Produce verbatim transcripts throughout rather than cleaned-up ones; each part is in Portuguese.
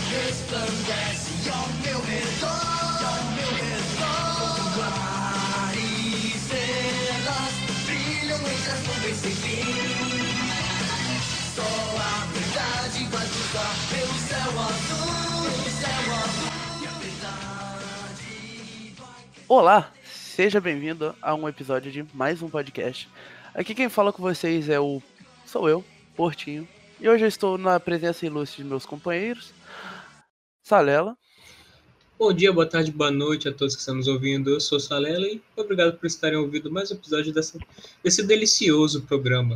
resplandece ao meu redor, ao meu redor. Luar e estrelas brilham entre as nuvens sem fim. Só a verdade vai cruzar pelo céu azul, pelo céu azul. E a verdade vai... Olá, seja bem-vindo a um episódio de mais um podcast. Aqui quem fala com vocês é o... sou eu, Portinho. E hoje eu estou na presença ilustre de meus companheiros, Salela. Bom dia, boa tarde, boa noite a todos que estão nos ouvindo. Eu sou o Salela e obrigado por estarem ouvindo mais um episódio dessa, desse delicioso programa.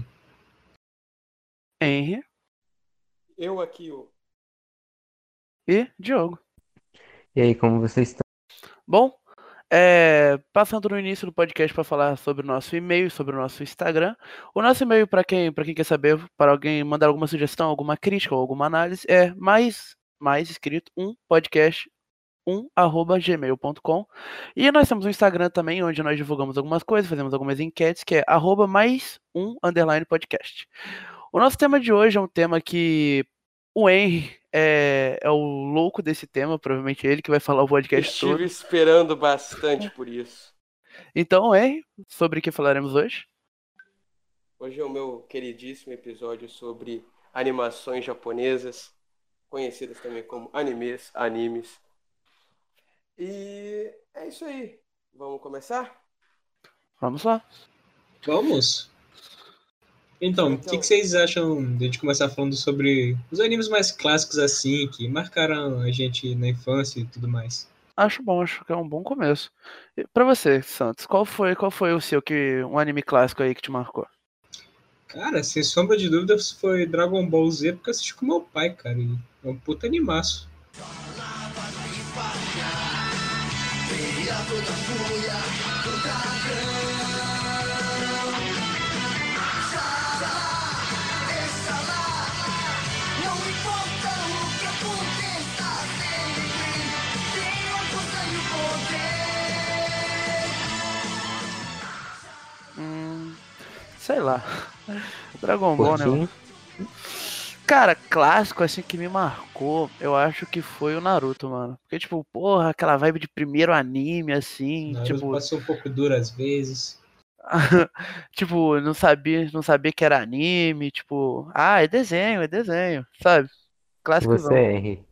Henry. Eu aqui, o... E Diogo. E aí, como vocês estão? Bom, é, passando no início do podcast para falar sobre o nosso e-mail, sobre o nosso Instagram. O nosso e-mail, para quem, para quem quer saber, para alguém mandar alguma sugestão, alguma crítica ou alguma análise, é mais, mais escrito, um podcast um arroba gmail ponto com. E nós temos um Instagram também, onde nós divulgamos algumas coisas, fazemos algumas enquetes, que é arroba mais um underline podcast. O nosso tema de hoje é um tema que o Henry é, é o louco desse tema, provavelmente ele que vai falar o podcast Estive todo. esperando bastante por isso. Então, Henry, sobre o que falaremos hoje? Hoje é o meu queridíssimo episódio sobre animações japonesas, conhecidas também como animes, animes. E é isso aí. Vamos começar? Vamos lá. Vamos? Então, o Então- que, que vocês acham de a gente começar falando sobre os animes mais clássicos assim, que marcaram a gente na infância e tudo mais? Acho bom, acho que é um bom começo. E pra você, Santos, qual foi, qual foi o seu, que, um anime clássico aí que te marcou? Cara, sem sombra de dúvida, foi Dragon Ball Z, porque eu assisti com meu pai, cara, e é um puta animaço. Não importa o que aconteça sempre, tem a força e o poder. Hum, sei lá. Dragon Ball, né? Portinho? Cara, clássico assim que me marcou, eu acho que foi o Naruto, mano. Porque, tipo, porra, aquela vibe de primeiro anime, assim, Naruto tipo, passou um pouco duro às vezes. tipo, não sabia, não sabia que era anime, tipo, ah, é desenho, é desenho, sabe? Clássico. Você, Henry?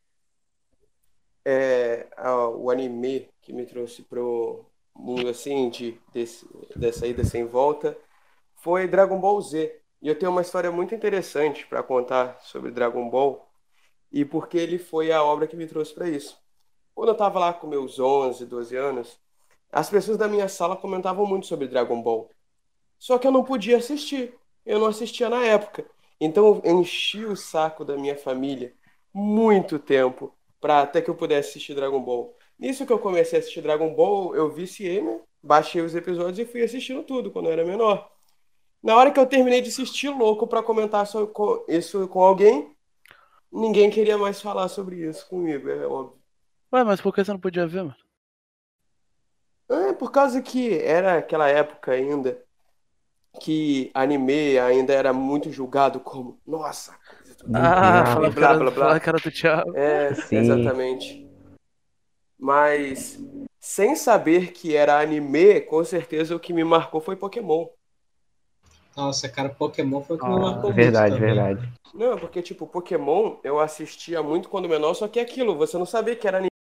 É a- o anime que me trouxe pro mundo assim, de, desse, dessa ida sem volta, foi Dragon Ball Z. E eu tenho uma história muito interessante para contar sobre Dragon Ball e porque ele foi a obra que me trouxe para isso. Quando eu estava lá com meus onze, doze anos, as pessoas da minha sala comentavam muito sobre Dragon Ball. Só que eu não podia assistir. Eu não assistia na época. Então eu enchi o saco da minha família muito tempo para até que eu pudesse assistir Dragon Ball. Nisso que eu comecei a assistir Dragon Ball, eu viciei, né? Baixei os episódios e fui assistindo tudo quando eu era menor. Na hora que eu terminei de assistir louco para comentar sobre co- isso com alguém, ninguém queria mais falar sobre isso comigo, é óbvio. Ué, mas por que você não podia ver, mano? É por causa que era aquela época ainda que anime ainda era muito julgado como, nossa, coisa do- Ah, Ah, falar blá, que era, blá, blá. falar que era do Thiago. É, Sim. exatamente. Mas sem saber que era anime, com certeza o que me marcou foi Pokémon. Nossa, cara, Pokémon foi o que me Ah, marcou muito Verdade, também. verdade. Não, porque tipo, Pokémon eu assistia muito quando menor, só que é aquilo, você não sabia que era anime.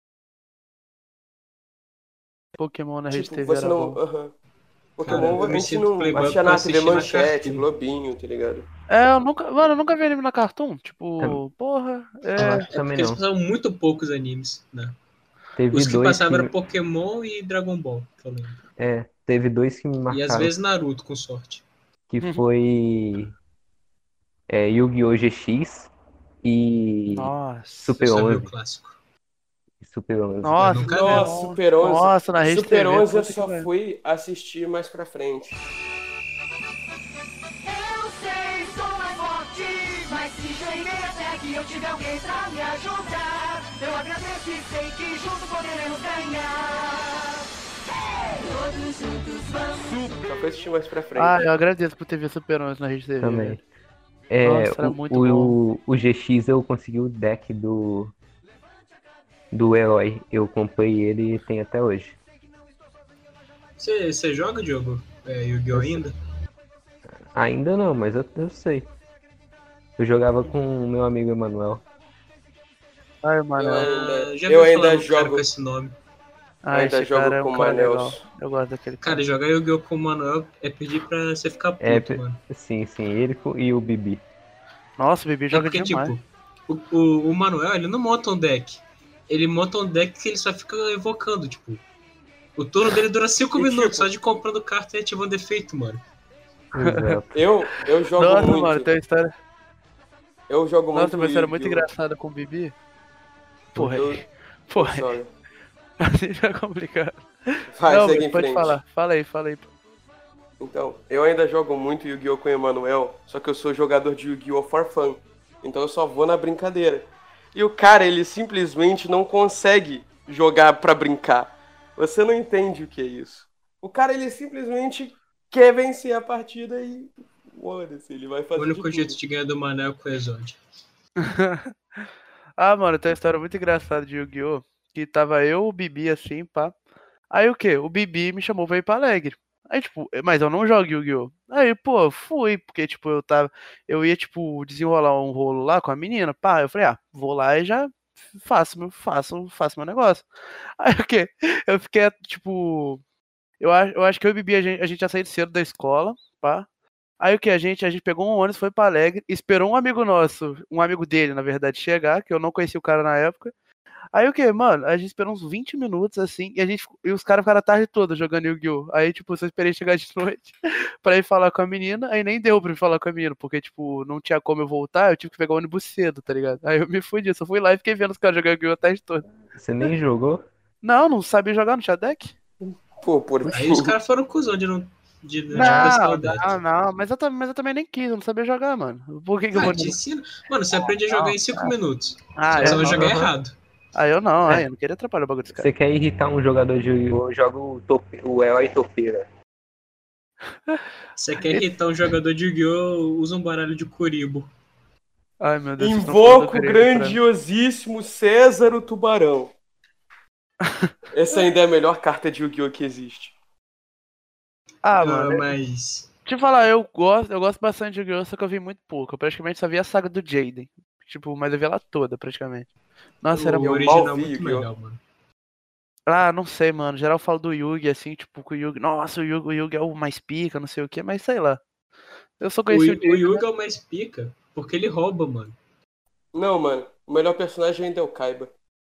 Pokémon na Rede Tipo, T V você era não. bom. aham. Cara, Pokémon eu a me gente sinto não playboy assistia porque eu na T V assisti na Manchete, Cartoon. Globinho, tá ligado? É, eu nunca, mano, eu nunca vi anime na Cartoon. Tipo, porra, Eu é. acho É também porque eles não. passavam muito poucos animes, né? Teve Os que dois passavam que, eram Pokémon e Dragon Ball, que eu lembro. é, teve dois que me E às marcaram, vezes Naruto, com sorte. que foi é, Yu-Gi-Oh! G X e Nossa. Super Eu só vi o onze. clássico. Super onze. Nossa, nunca vi. Nossa, não. Super onze. Nossa, na Rede Super T V. onze eu puta que só pariu. fui assistir mais pra frente. Eu sei, sou mais forte, mas se cheguei até aqui eu tive alguém pra me ajudar. Eu agradeço e sei que juntos poderemos ganhar. Todos juntos vamos. Só fui assistir mais pra frente. Ah, eu agradeço por ter visto Super onze na Rede T V. Também. velho. É, Nossa, era o, muito o, bom. o G X eu consegui o deck do, do herói. Eu comprei ele e tem até hoje. Você, você joga, Diogo? É, Yu-Gi-Oh! Eu- Ainda? Ainda não, mas eu, eu sei. Eu jogava com o meu amigo Emanuel. Ai, Eu Manel. ainda, Ah, já eu vi falar ainda de um cara com jogo, esse nome. eu Ah, ainda esse jogo cara é um com o cara legal. Manels. Eu gosto daquele cara. Cara, jogar Yu-Gi-Oh! Com o Manuel é pedir pra você ficar É, puto, mano. sim, sim, ele co- e o Bibi. Nossa, o Bibi É joga porque, demais. tipo, o, o, o Manuel, ele não monta um deck. Ele monta um deck que ele só fica evocando, tipo. O turno dele dura cinco E, minutos, tipo, só de comprando carta e ativando efeito, mano. Exato. Eu, eu jogo Nossa, mano, muito. tem uma história. Eu jogo Nossa, muito uma história muito Yu-Gi-Oh! engraçada com o Bibi. Porra, Eu, oh, porra, sorry. assim já é complicado. Vai, Não, segue mas em pode frente. falar. Fala aí, fala aí. Então, eu ainda jogo muito Yu-Gi-Oh! Com o Emanuel, só que eu sou jogador de Yu-Gi-Oh! For fun. Então eu só vou na brincadeira. E o cara, ele simplesmente não consegue jogar pra brincar. Você não entende o que é isso. O cara, ele simplesmente quer vencer a partida e... Foda-se, ele vai O fazer de único jeito tudo. de ganhar do Manuel é com o Exódio. Ah, mano, tem uma história muito engraçada de Yu-Gi-Oh! Que tava eu, o Bibi, assim, pá. Aí o quê? O Bibi me chamou pra ir pra Alegre. Aí, tipo, mas eu não jogo Yu-Gi-Oh! Aí, pô, eu fui, porque, tipo, eu tava. Eu ia, tipo, desenrolar um rolo lá com a menina, pá. Eu falei, ah, vou lá e já faço meu, faço, faço meu negócio. Aí o quê? Eu fiquei, tipo. Eu acho, eu acho que eu e o Bibi, a gente, a gente já saiu cedo da escola, pá. Aí o que? A gente, a gente pegou um ônibus, foi pra Alegre, esperou um amigo nosso, um amigo dele, na verdade, chegar, que eu não conhecia o cara na época. Aí o que, mano? A gente esperou uns vinte minutos assim, e, a gente, e os caras ficaram a tarde toda jogando Yu-Gi-Oh! Aí, tipo, eu só esperei chegar de noite pra ir falar com a menina, aí nem deu pra ir falar com a menina, porque, tipo, não tinha como eu voltar, eu tive que pegar o ônibus cedo, tá ligado? Aí eu me fudi, só fui lá e fiquei vendo os caras jogando Yu-Gi-Oh! A tarde toda. Você nem jogou? Não, não sabia jogar, não tinha deck? Pô, por Aí os caras foram cuzão de não, de, de Não, prestar o deck. não, não, mas eu, tam- mas eu também nem quis, eu não sabia jogar, mano. Por que que eu Ah, vou... te ensina. Mano, você aprende a jogar em cinco minutos. Ah, Só que você eu vai não. jogar Aham. errado. Ah, eu não, ai, É, eu não queria atrapalhar o bagulho desse você cara. quer irritar um jogador de Yu-Gi-Oh! Joga o, tope, o herói topeira. Você quer Esse- irritar um jogador de Yu-Gi-Oh! Usa um baralho de Kuribo. Ai, meu Deus, vocês estão falando Invoco o grego pra mim. grandiosíssimo César o Tubarão. Essa ainda é a melhor carta de Yu-Gi-Oh! Que existe. Ah, Ah, mano, mas. deixa eu falar, eu gosto, eu gosto bastante de Yu-Gi-Oh!, só que eu vi muito pouco. Eu praticamente só vi a saga do Jaden. Tipo, mas eu vi ela toda, praticamente. Nossa, era O Eu muito. mal original é vi muito Yu-Gi-Oh! melhor, mano. Ah, não sei, mano. Em geral eu falo do Yugi, assim, tipo, que o Yugi. Nossa, o Yugi, o Yugi é o mais pica, não sei o que, mas sei lá. Eu só O, conheci o o Jaden. Yuga é o mais pica porque ele rouba, mano. Não, mano. O melhor personagem ainda é o Kaiba.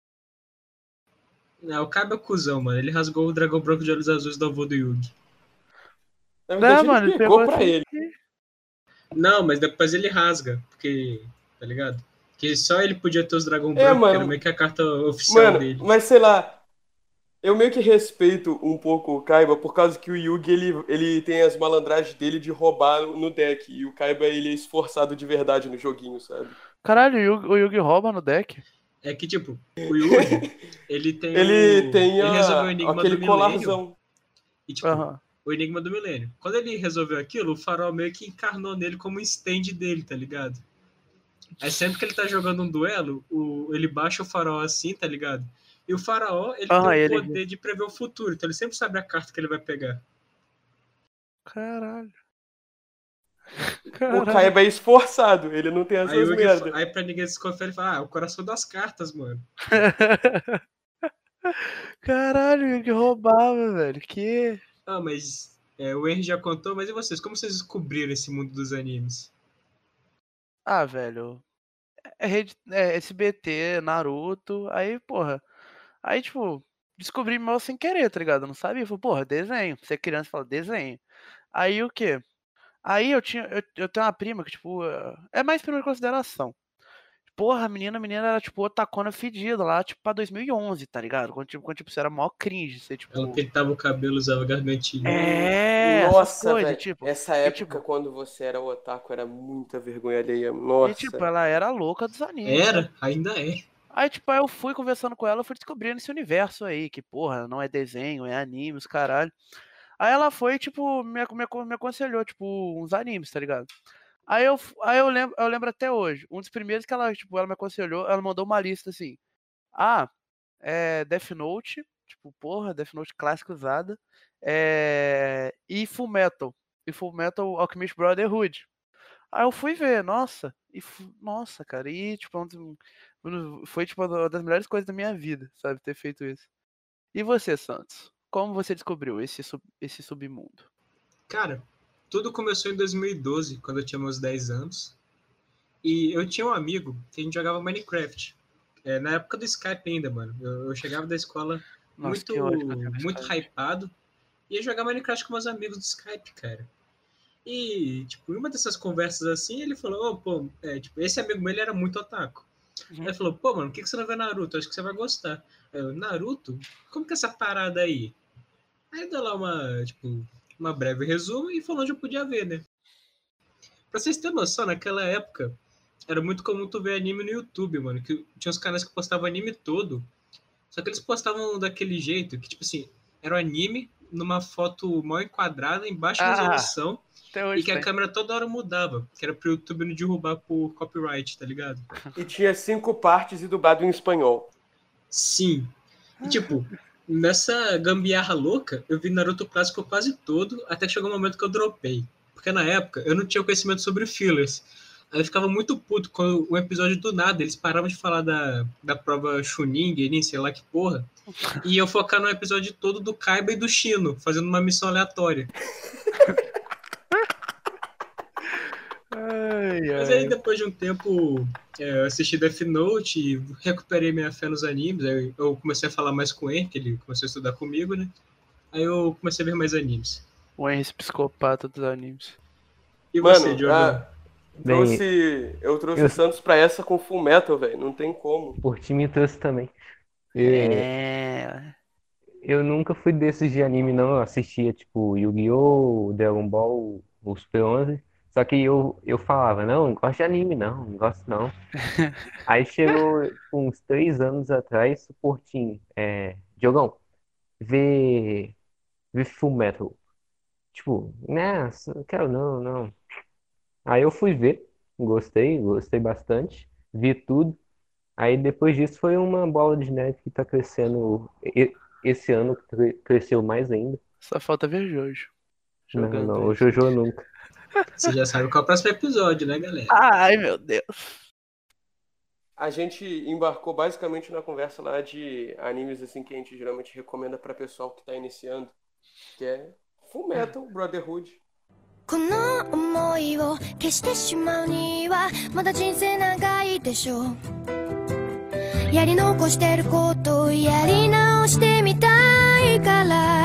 Não, o Kaiba é cuzão, mano. Ele rasgou o dragão branco de olhos azuis do avô do Yugi. Na Não, verdade, ele mano, ele pegou pegou pra assim. ele. Não, mas depois ele rasga, porque. Tá ligado? Que só ele podia ter os dragão É, branco, que era mano. meio que a carta oficial Mano, dele. mas sei lá. Eu meio que respeito um pouco o Kaiba por causa que o Yugi, ele, ele tem as malandragens dele de roubar no deck. E o Kaiba, ele é esforçado de verdade no joguinho, sabe? Caralho, o Yugi, o Yugi rouba no deck. É que, tipo, o Yugi, ele tem Ele o. tem Ele resolveu o a, enigma aquele do milênio. colarzão. E, tipo, Aham. o enigma do milênio. Quando ele resolveu aquilo, o farol meio que encarnou nele como um stand dele, tá ligado? Aí sempre que ele tá jogando um duelo, o, ele baixa o farol assim, tá ligado? E o faraó, ele tem Aham, o ele. poder de prever o futuro, então ele sempre sabe a carta que ele vai pegar. Caralho. O Caralho. Kaiba é esforçado, ele não tem Aí, essas o Yugi, merda. aí pra ninguém desconfiar, ele fala, ah, o coração das cartas, mano. Caralho, o Yugi roubava, velho. Que. Ah, mas é, o Henry já contou, mas e vocês? Como vocês descobriram esse mundo dos animes? Ah, velho. É, rede, é S B T, Naruto. Aí, porra. Aí, tipo, descobri mal sem querer, tá ligado? Eu não sabia. Eu falei, porra, desenho. Você é criança, fala desenho. Aí o quê? Aí eu tinha. Eu, eu tenho uma prima que, tipo, é mais prima de consideração. Porra, a menina, a menina era, tipo, otacona fedida lá, tipo, pra dois mil e onze, tá ligado? Quando, tipo, quando, tipo, você era mó cringe, você, Ela tipo. pintava o cabelo, usava gargantilha. É, essas Nossa, coisas, velho. tipo. Essa E, época, tipo, quando você era otaku, era muita vergonha alheia. e, tipo, Nossa. ela era louca dos animes, sabe? Era, ainda é. Aí, tipo, aí eu fui conversando com ela, eu fui descobrindo esse universo aí, que, porra, não é desenho, é anime, os caralho. Aí ela foi, tipo, me, me, me aconselhou, tipo, uns animes, tá ligado? Aí eu, aí eu lembro, eu lembro até hoje, um dos primeiros que ela, tipo, ela me aconselhou, ela mandou uma lista assim. Ah, é Death Note, tipo, porra, Death Note clássico usada, é... e Full Metal, e Full Metal Alchemist Brotherhood. Aí eu fui ver, nossa, e fu- nossa, cara, e tipo, um dos- um- foi tipo uma das melhores coisas da minha vida, sabe, ter feito isso. E você, Santos? Como você descobriu esse, sub- esse submundo? Cara, tudo começou em dois mil e doze, quando eu tinha meus dez anos. E eu tinha um amigo que a gente jogava Minecraft. É, na época do Skype ainda, mano. Eu, eu chegava da escola Nossa, muito, que ótimo, eu tenho muito Skype. hypado e ia jogar Minecraft com meus amigos do Skype, cara. E, tipo, em uma dessas conversas assim, ele falou, ô, pô, é, tipo, esse amigo meu, ele era muito otaku. Aí Uhum. ele falou, pô, mano, por que que você não vê Naruto? Acho que você vai gostar. Aí eu, Naruto? Como que é essa parada aí? Aí deu lá uma, tipo, uma breve resumo e falou onde eu podia ver, né? Pra vocês terem noção, naquela época, era muito comum tu ver anime no YouTube, mano. Que tinha uns canais que postavam anime todo. Só que eles postavam daquele jeito, que, tipo assim, era um anime numa foto mal enquadrada, em baixa Ah, resolução, até e hoje que a tem. câmera toda hora mudava, que era pro YouTube não derrubar por copyright, tá ligado? E tinha cinco partes e dublado em espanhol. Sim. E, tipo, nessa gambiarra louca, eu vi Naruto clássico quase todo, até que chegou um momento que eu dropei. Porque na época eu não tinha conhecimento sobre fillers. Aí eu ficava muito puto quando um episódio do nada eles paravam de falar da, da prova Chunin, Genin, sei lá que porra, e iam focar no episódio todo do Kaiba e do Shino, fazendo uma missão aleatória. Ai, Mas aí ai. depois de um tempo é, eu assisti Death Note e recuperei minha fé nos animes. Aí eu comecei a falar mais com ele, que ele começou a estudar comigo, né? Aí eu comecei a ver mais animes. O Henry, esse psicopata dos animes. E você, Mano, Diogão? ah, Bem, trouxe, eu trouxe eu o Santos pra essa com Full Metal, velho. Não tem como. por ti me trouxe também. E É. eu nunca fui desses de anime, não. Eu assistia, tipo, Yu-Gi-Oh!, Dragon Ball, o Super onze. Só que eu, eu falava, não, não gosto de anime, não, não gosto não. Aí chegou tipo, uns três anos atrás, o Portinho, é, Diogão, vê, vê Full Metal. Tipo, né, não quero não, não. Aí eu fui ver, gostei, gostei bastante, vi tudo. Aí depois disso foi uma bola de neve que tá crescendo e- esse ano, que cre- cresceu mais ainda. Só falta ver Jojo Não, jogando não, o isso. Jojo nunca. Você já sabe qual é o próximo episódio, né, galera? Ai, meu Deus. A gente embarcou basicamente na conversa lá de animes assim que a gente geralmente recomenda pra pessoal que tá iniciando, que é Full Metal Brotherhood. この想いを消してしまうにはまだ人生長いでしょうやり残してることをやり直してみたいから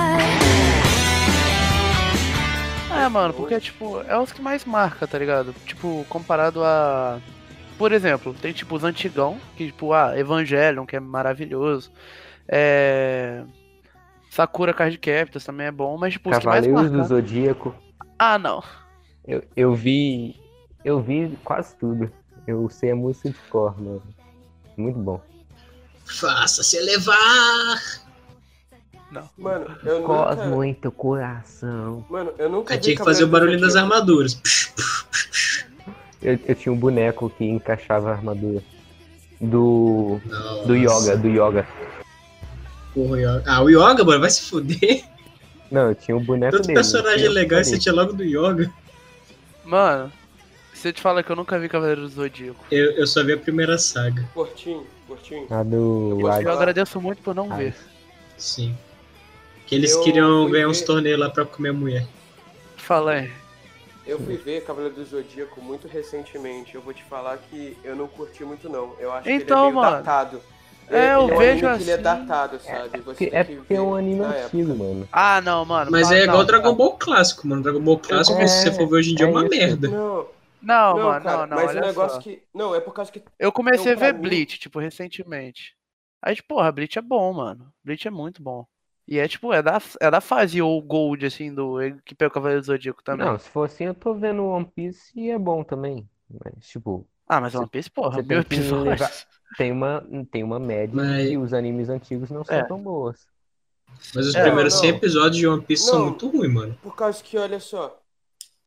É, mano, porque, tipo, é os que mais marca, tá ligado? Tipo, comparado a... Por exemplo, tem, tipo, os antigão, que, tipo, ah, Evangelion, que é maravilhoso. É... Sakura Card Captors também é bom, mas, tipo, os que mais Cavaleiros do marcaram... Zodíaco, Ah, não. eu, eu vi, eu vi quase tudo. Eu sei a música de cor, mano. Muito bom. Faça-se levar! Não. Mano, eu Cosmo nunca, em teu coração. mano, eu nunca Aí vi tinha que fazer o Cavaleiro do barulho das Zodíaco. armaduras. Psh, psh, psh. Eu, eu tinha um boneco que encaixava a armadura. Do. Nossa. Do Yoga, do Yoga. Porra, o Yoga. Ah, o Yoga, mano, vai se fuder. Não, eu tinha um boneco Tanto dele. personagem tinha legal e só você dele. tinha logo do Yoga. Mano, se eu te falar que eu nunca vi Cavaleiro do Zodíaco, Eu, eu só vi a primeira saga. Curtinho, curtinho. A do. Eu posso Light. eu agradeço muito por não Ah, ver. Sim. Que eles Eu queriam fui ganhar ver- uns torneios lá pra comer mulher. Fala aí. Eu fui ver Cavaleiro do Zodíaco muito recentemente. Eu vou te falar que eu não curti muito não. Eu acho que Então, ele é meio mano. datado. É, eu ele é um vejo anime que ele é assim- datado, sabe? Você Porque- tem é que porque é um ver anime na antigo, época. mano. Ah, não, mano. Mas fala- é igual não, Dragon não. Ball clássico, mano. Dragon Ball clássico, É, se você for ver hoje em dia, é é uma isso. merda. Não, Não, não, mano, cara, não, não, mas o olha negócio só. que... Não, é por causa que... Eu comecei Eu, a ver pra mim- Bleach, tipo, recentemente. Aí, tipo, porra, Bleach é bom, mano. Bleach é muito bom. E é, tipo, é da, é da fase ou Gold, assim, do que pega o Cavaleiro do Zodíaco também. Não, se for assim, eu tô vendo One Piece e é bom também. Mas, tipo, Ah, mas Cê- One Piece, porra, você mil tem que episódios. levar- tem uma, tem uma média Mas- que os animes antigos não são É. tão boas. Mas os É, primeiros não. cem episódios de One Piece são Não. muito ruins, mano. Por causa que, olha só...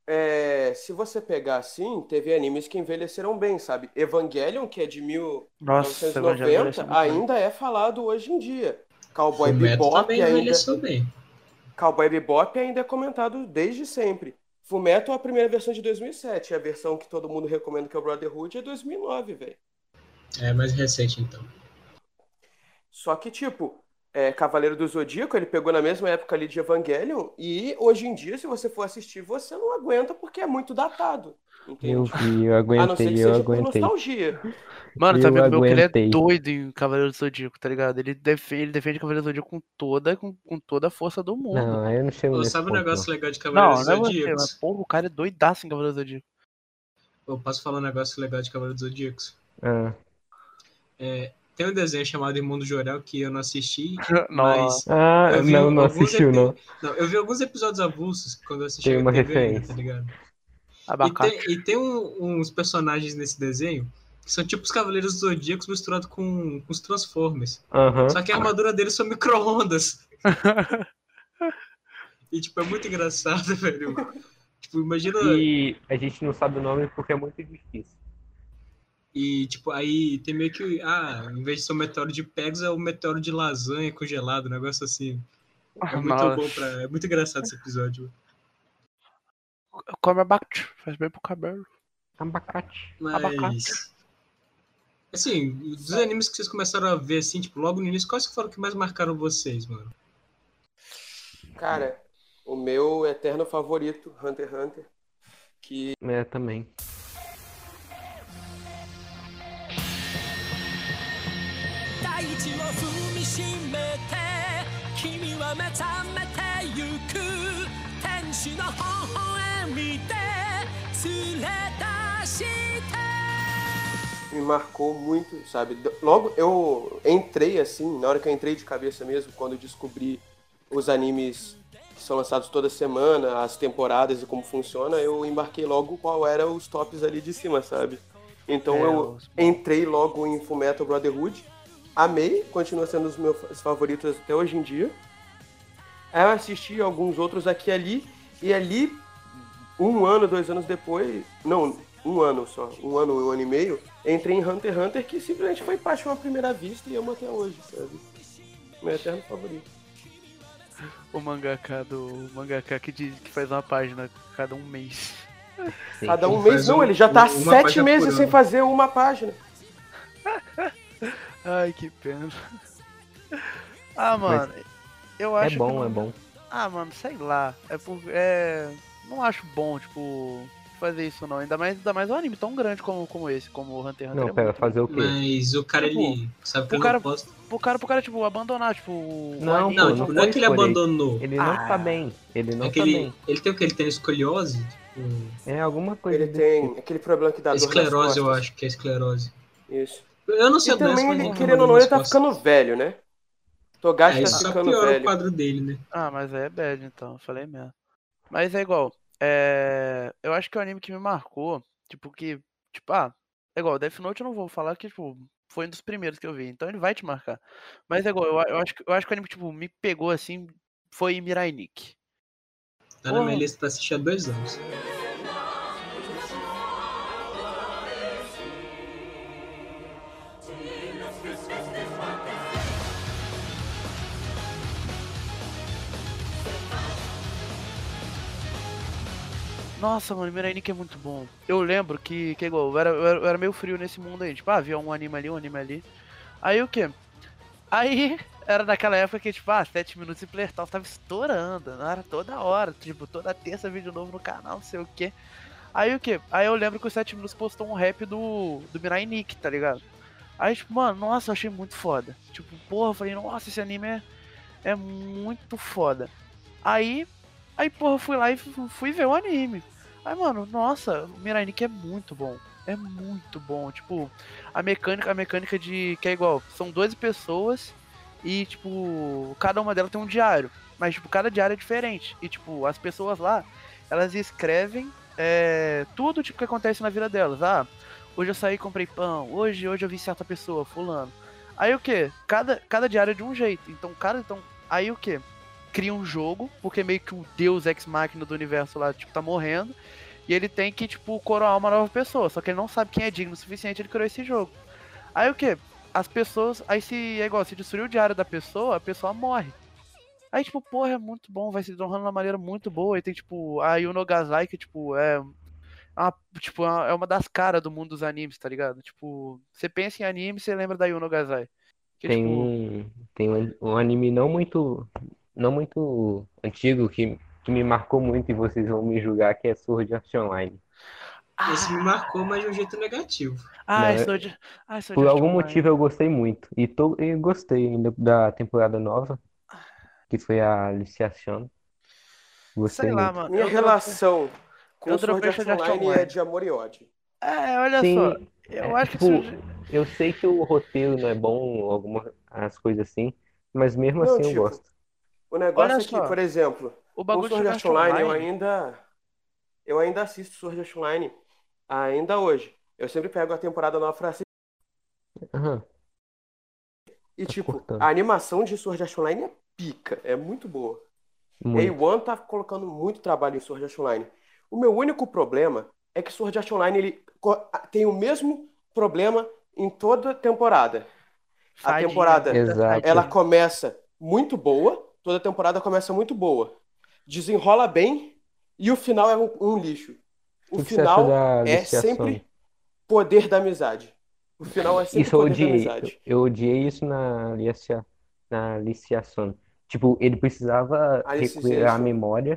é, se você pegar assim, teve animes que envelheceram bem, sabe? Evangelion, que é de Nossa, Evangelho merece mil novecentos e noventa, muito bem. ainda é falado hoje em dia. Cowboy Fullmetal Bebop também ainda, envelheceu bem. Cowboy Bebop ainda é comentado desde sempre. Fullmetal, a primeira versão de dois mil e sete, a versão que todo mundo recomenda que é o Brotherhood é dois mil e nove, velho. É mais recente, então. Só que, tipo, é, Cavaleiro do Zodíaco, ele pegou na mesma época ali de Evangelion, e hoje em dia, se você for assistir, você não aguenta porque é muito datado, Eu entende? vi, eu A não ser aguentei, que eu seja por aguentei. nostalgia. Mano, tem um Eu amigo meu que ele é aguentei. doido em Cavaleiro do Zodíaco, tá ligado? Ele defende, ele defende Cavaleiro do Zodíaco com toda, com, com toda a força do mundo. Não, aí eu não chego Ô, nesse sabe um ponto, não. negócio legal de Cavaleiros Não, dos não é você, mas Zodíacos? porra, o cara é doidaço em Cavaleiro do Zodíaco. Eu posso falar um negócio legal de Cavaleiros dos Zodíacos? Ah, É, tem um desenho chamado Irmão do Jorel que eu não assisti, Nossa. mas ah eu vi não, não alguns assistiu, epi- não. não, eu vi alguns episódios avulsos quando eu assisti Tem a uma T V ainda, referência. tá ligado? E Abacate. tem, e tem um- uns personagens nesse desenho que são tipo os Cavaleiros dos Zodíacos misturados com, com os Transformers. Aham. Só que a armadura deles são micro-ondas. E tipo, é muito engraçado, velho. Tipo, imagina. E a gente não sabe o nome porque é muito difícil. E, tipo, aí tem meio que. Ah, em vez de ser um meteoro de Pegasus, é um meteoro de lasanha congelado, um negócio assim. É muito Nossa. bom pra. É muito engraçado esse episódio. Come abacate, faz bem pro cabelo. Abacate. Mas. Assim, dos animes que vocês começaram a ver, assim, tipo, logo no início, quais que foram que mais marcaram vocês, mano? Cara, o meu eterno favorito, Hunter x Hunter, que É, também. 大地を踏みしめて君は目覚めてゆく天使の微笑みで連れ出して me marcou muito, sabe? Logo eu entrei assim, na hora que eu entrei de cabeça mesmo, quando eu descobri os animes que são lançados toda semana, as temporadas e como funciona, eu embarquei logo qual era os tops ali de cima, sabe? Então É, eu os- entrei logo em Fullmetal Brotherhood, amei, continua sendo um dos meus favoritos até hoje em dia. Aí eu assisti alguns outros aqui e ali, e ali, um ano, dois anos depois, não, um ano só, um ano, um ano e meio, entrei em Hunter x Hunter, que simplesmente foi paixão à primeira vista e amo até hoje, sabe? Meu eterno favorito. O mangaka do. O mangaka que, diz, que faz uma página cada um mês. Sim. Cada um Ele mês, faz não, um- ele já tá há uma sete página por meses ano. sem fazer uma página. Ai, que pena. Ah, mano, eu É acho bom, que não- é bom. Ah, mano, sei lá. É por. É. Não acho bom, tipo, fazer isso não. Ainda mais, ainda mais um anime tão grande como, como esse, como o Hunter x Hunter. Não, é pera, muito fazer o quê? Mas o cara, Tipo, ele. Sabe que o ele cara- não posta. Pro cara, pro cara, tipo, abandonar, tipo. o Não, anime, Não, pô, tipo, não não é foi que ele por ele. abandonou. Ele não Ah. tá bem. Ele não É que tá ele, bem. ele tem o que? Ele tem escoliose? Tipo, É alguma coisa Ele desse tem tipo. aquele problema que dá dor nas esclerose, eu costas. acho que é esclerose. Isso. Eu não sei E a doença, também mas ele, tem querendo ou uma não, dor ele tá nas costas. ficando velho, né? Togashi É, tá isso só ficando piora o velho. quadro dele, né? Ah, mas aí é bad, então. Eu falei mesmo. Mas é igual. É... Eu acho que o anime que me marcou, tipo, que. Tipo, ah, é igual. Death Note eu não vou falar que, tipo, foi um dos primeiros que eu vi. Então ele vai te marcar. Mas é igual, eu, eu acho, que- eu acho que o anime, tipo, me pegou assim. Foi Mirai Nikki. Tá na minha Porra. lista pra assistir há dois anos. Nossa, mano, Mirai Nikki é muito bom. Eu lembro que, que é igual, eu era, eu era, eu era meio frio nesse mundo aí. Tipo, ah, via um anime ali, um anime ali. Aí o quê? Aí era naquela época que, tipo, ah, sete minutos e Player Tal tava estourando. Não era toda hora, tipo, toda terça vídeo novo no canal, não sei o quê. Aí o quê? Aí eu lembro que o sete minutos postou um rap do, do Mirai Nikki, tá ligado? Aí, tipo, mano, nossa, eu achei muito foda. Tipo, porra, eu falei, nossa, esse anime é, é muito foda. Aí, aí, porra, eu fui lá e fu- fui ver o anime. Aí, mano, nossa, o Mirai Nikki é muito bom. É muito bom. Tipo, a mecânica, a mecânica de. Que é igual, são doze pessoas e, tipo, cada uma delas tem um diário. Mas, tipo, cada diário é diferente. E, tipo, as pessoas lá, elas escrevem é, tudo tipo, que acontece na vida delas. Ah, hoje eu saí e comprei pão. Hoje, hoje eu vi certa pessoa, fulano. Aí o que? Cada, cada diário é de um jeito. Então, cada. Então, aí o que? cria um jogo, porque meio que o deus ex-máquina do universo lá, tipo, tá morrendo, e ele tem que, tipo, coroar uma nova pessoa, só que ele não sabe quem é digno o suficiente, ele criou esse jogo. Aí o que? As pessoas, aí se, é igual, se destruir o diário da pessoa, a pessoa morre. Aí, tipo, porra, é muito bom, vai se desenrolando de uma maneira muito boa, e tem, tipo, a Yuno Gazai, que, tipo, é... uma, tipo, é uma das caras do mundo dos animes, tá ligado? Tipo, você pensa em anime, você lembra da Yuno Gazai. Que, Tem tipo, um, tem um, um anime não muito, não muito antigo que, que me marcou muito e vocês vão me julgar, que é Sword Art Online. Esse me ah, marcou, mas de um jeito negativo. ai, Né? Sword, ai, Sword Por Art algum Online. motivo eu gostei muito. E, tô, e gostei ainda da temporada nova, que foi a Liciação. Sei Gostei lá, muito. mano, Minha eu dropei, relação com eu o Sword dropei Art Sword Art Online é Online. de amor e ódio. É, olha só, Sim, eu é, acho que tipo, Sword... eu sei que o roteiro não é bom, algumas as coisas assim, mas mesmo Não, assim eu tipo, gosto. o Olha negócio é que, só, por exemplo, o com o bagulho de Sword Sword Art Art Online eu Online... ainda, eu ainda assisto Sword Art Online ainda hoje. Eu sempre pego a temporada nova pra assistir. Aham, E, tá tipo, a cortando. animação de Sword Art Online é pica, é muito boa. A Muito. A um tá colocando muito trabalho em Sword Art Online. O meu único problema é que Sword Art Online ele co- tem o mesmo problema em toda temporada. A Fadinha, temporada muita Exato. ela fadinha. começa muito boa, toda temporada começa muito boa, desenrola bem e o final é um, um lixo. O O que você achou final da é Liciação? sempre poder da amizade. O final é sempre Isso eu poder da odiei. Eu, amizade. eu odiei isso na Licia, na Liciação. Tipo, ele precisava recuperar a Alicization, memória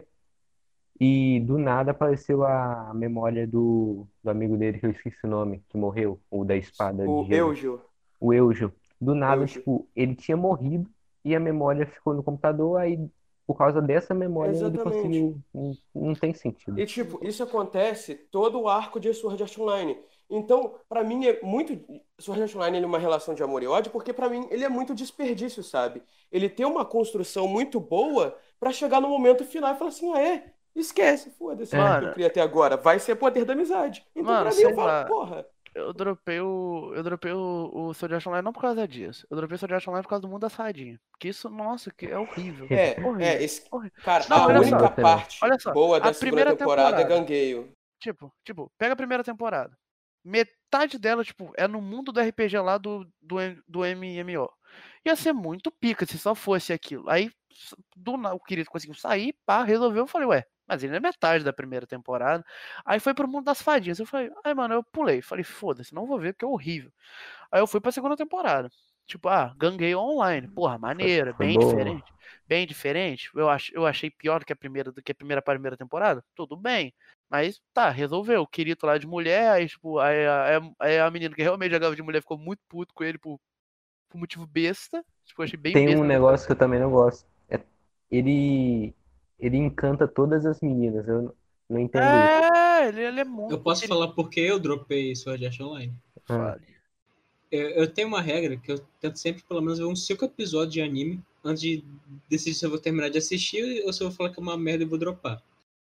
e do nada apareceu a memória do, do amigo dele, que eu esqueci o nome, que morreu, o da espada de o gelo. Eugeo, O Eugeo. Do nada, Eugeo. tipo, ele tinha morrido e a memória ficou no computador, aí por causa dessa memória ele Exatamente. conseguiu. Não, não tem sentido. E, tipo, isso acontece todo o arco de Sword Art Online. Então, pra mim, é muito. Sword Art Online ele é uma relação de amor e ódio, porque pra mim ele é muito desperdício, sabe? Ele tem uma construção muito boa pra chegar no momento final e falar assim: ah, é? Esquece, foda-se tudo que eu É, Mano, criei até agora. Vai ser poder da amizade. Então, mano, pra mim, eu sei falo: lá. porra, Eu dropei o. Eu dropei o, o Sword Art Online não por causa disso. Eu dropei o Sword Art Online por causa do mundo da fadinha. Que isso, nossa, que é horrível. é, é, Horrível. esse. Horrível. Cara, Não, a olha também não só. única gostei não. parte Olha só. boa A da segunda primeira temporada é temporada. Gangueio. Tipo, tipo, pega a primeira temporada. Metade dela, tipo, é no mundo do R P G lá do, do, M- do M M O. Ia ser muito pica se só fosse aquilo. Aí, s- do nada, o querido conseguiu sair, pá, resolveu. Eu falei, ué, mas ele é metade da primeira temporada. Aí foi pro mundo das fadinhas. Eu falei, ai, mano, eu pulei. Falei, foda-se, não vou ver porque é horrível. Aí eu fui pra segunda temporada. Tipo, ah, Ganguei Online. Porra, Foi, maneira, foi bem boa. diferente. Bem diferente. Eu, ach, eu achei pior do que a primeira do que a primeira para a primeira temporada. Tudo bem. Mas tá, resolveu. O Kirito lá de mulher, aí, tipo, aí, a- aí, aí a menina que realmente jogava de mulher ficou muito puto com ele por, por motivo besta. Tipo, eu achei bem Tem um besta. negócio que eu também não gosto. É, ele, ele encanta todas as meninas. Eu não, não entendo isso. É, ele, ele é muito. Eu O posso Kirito. falar porque eu dropei Sword Art Online. Ah, Fale. Eu, eu tenho uma regra que eu tento sempre pelo menos ver uns cinco episódios de anime antes de decidir se eu vou terminar de assistir ou se eu vou falar que é uma merda e vou dropar.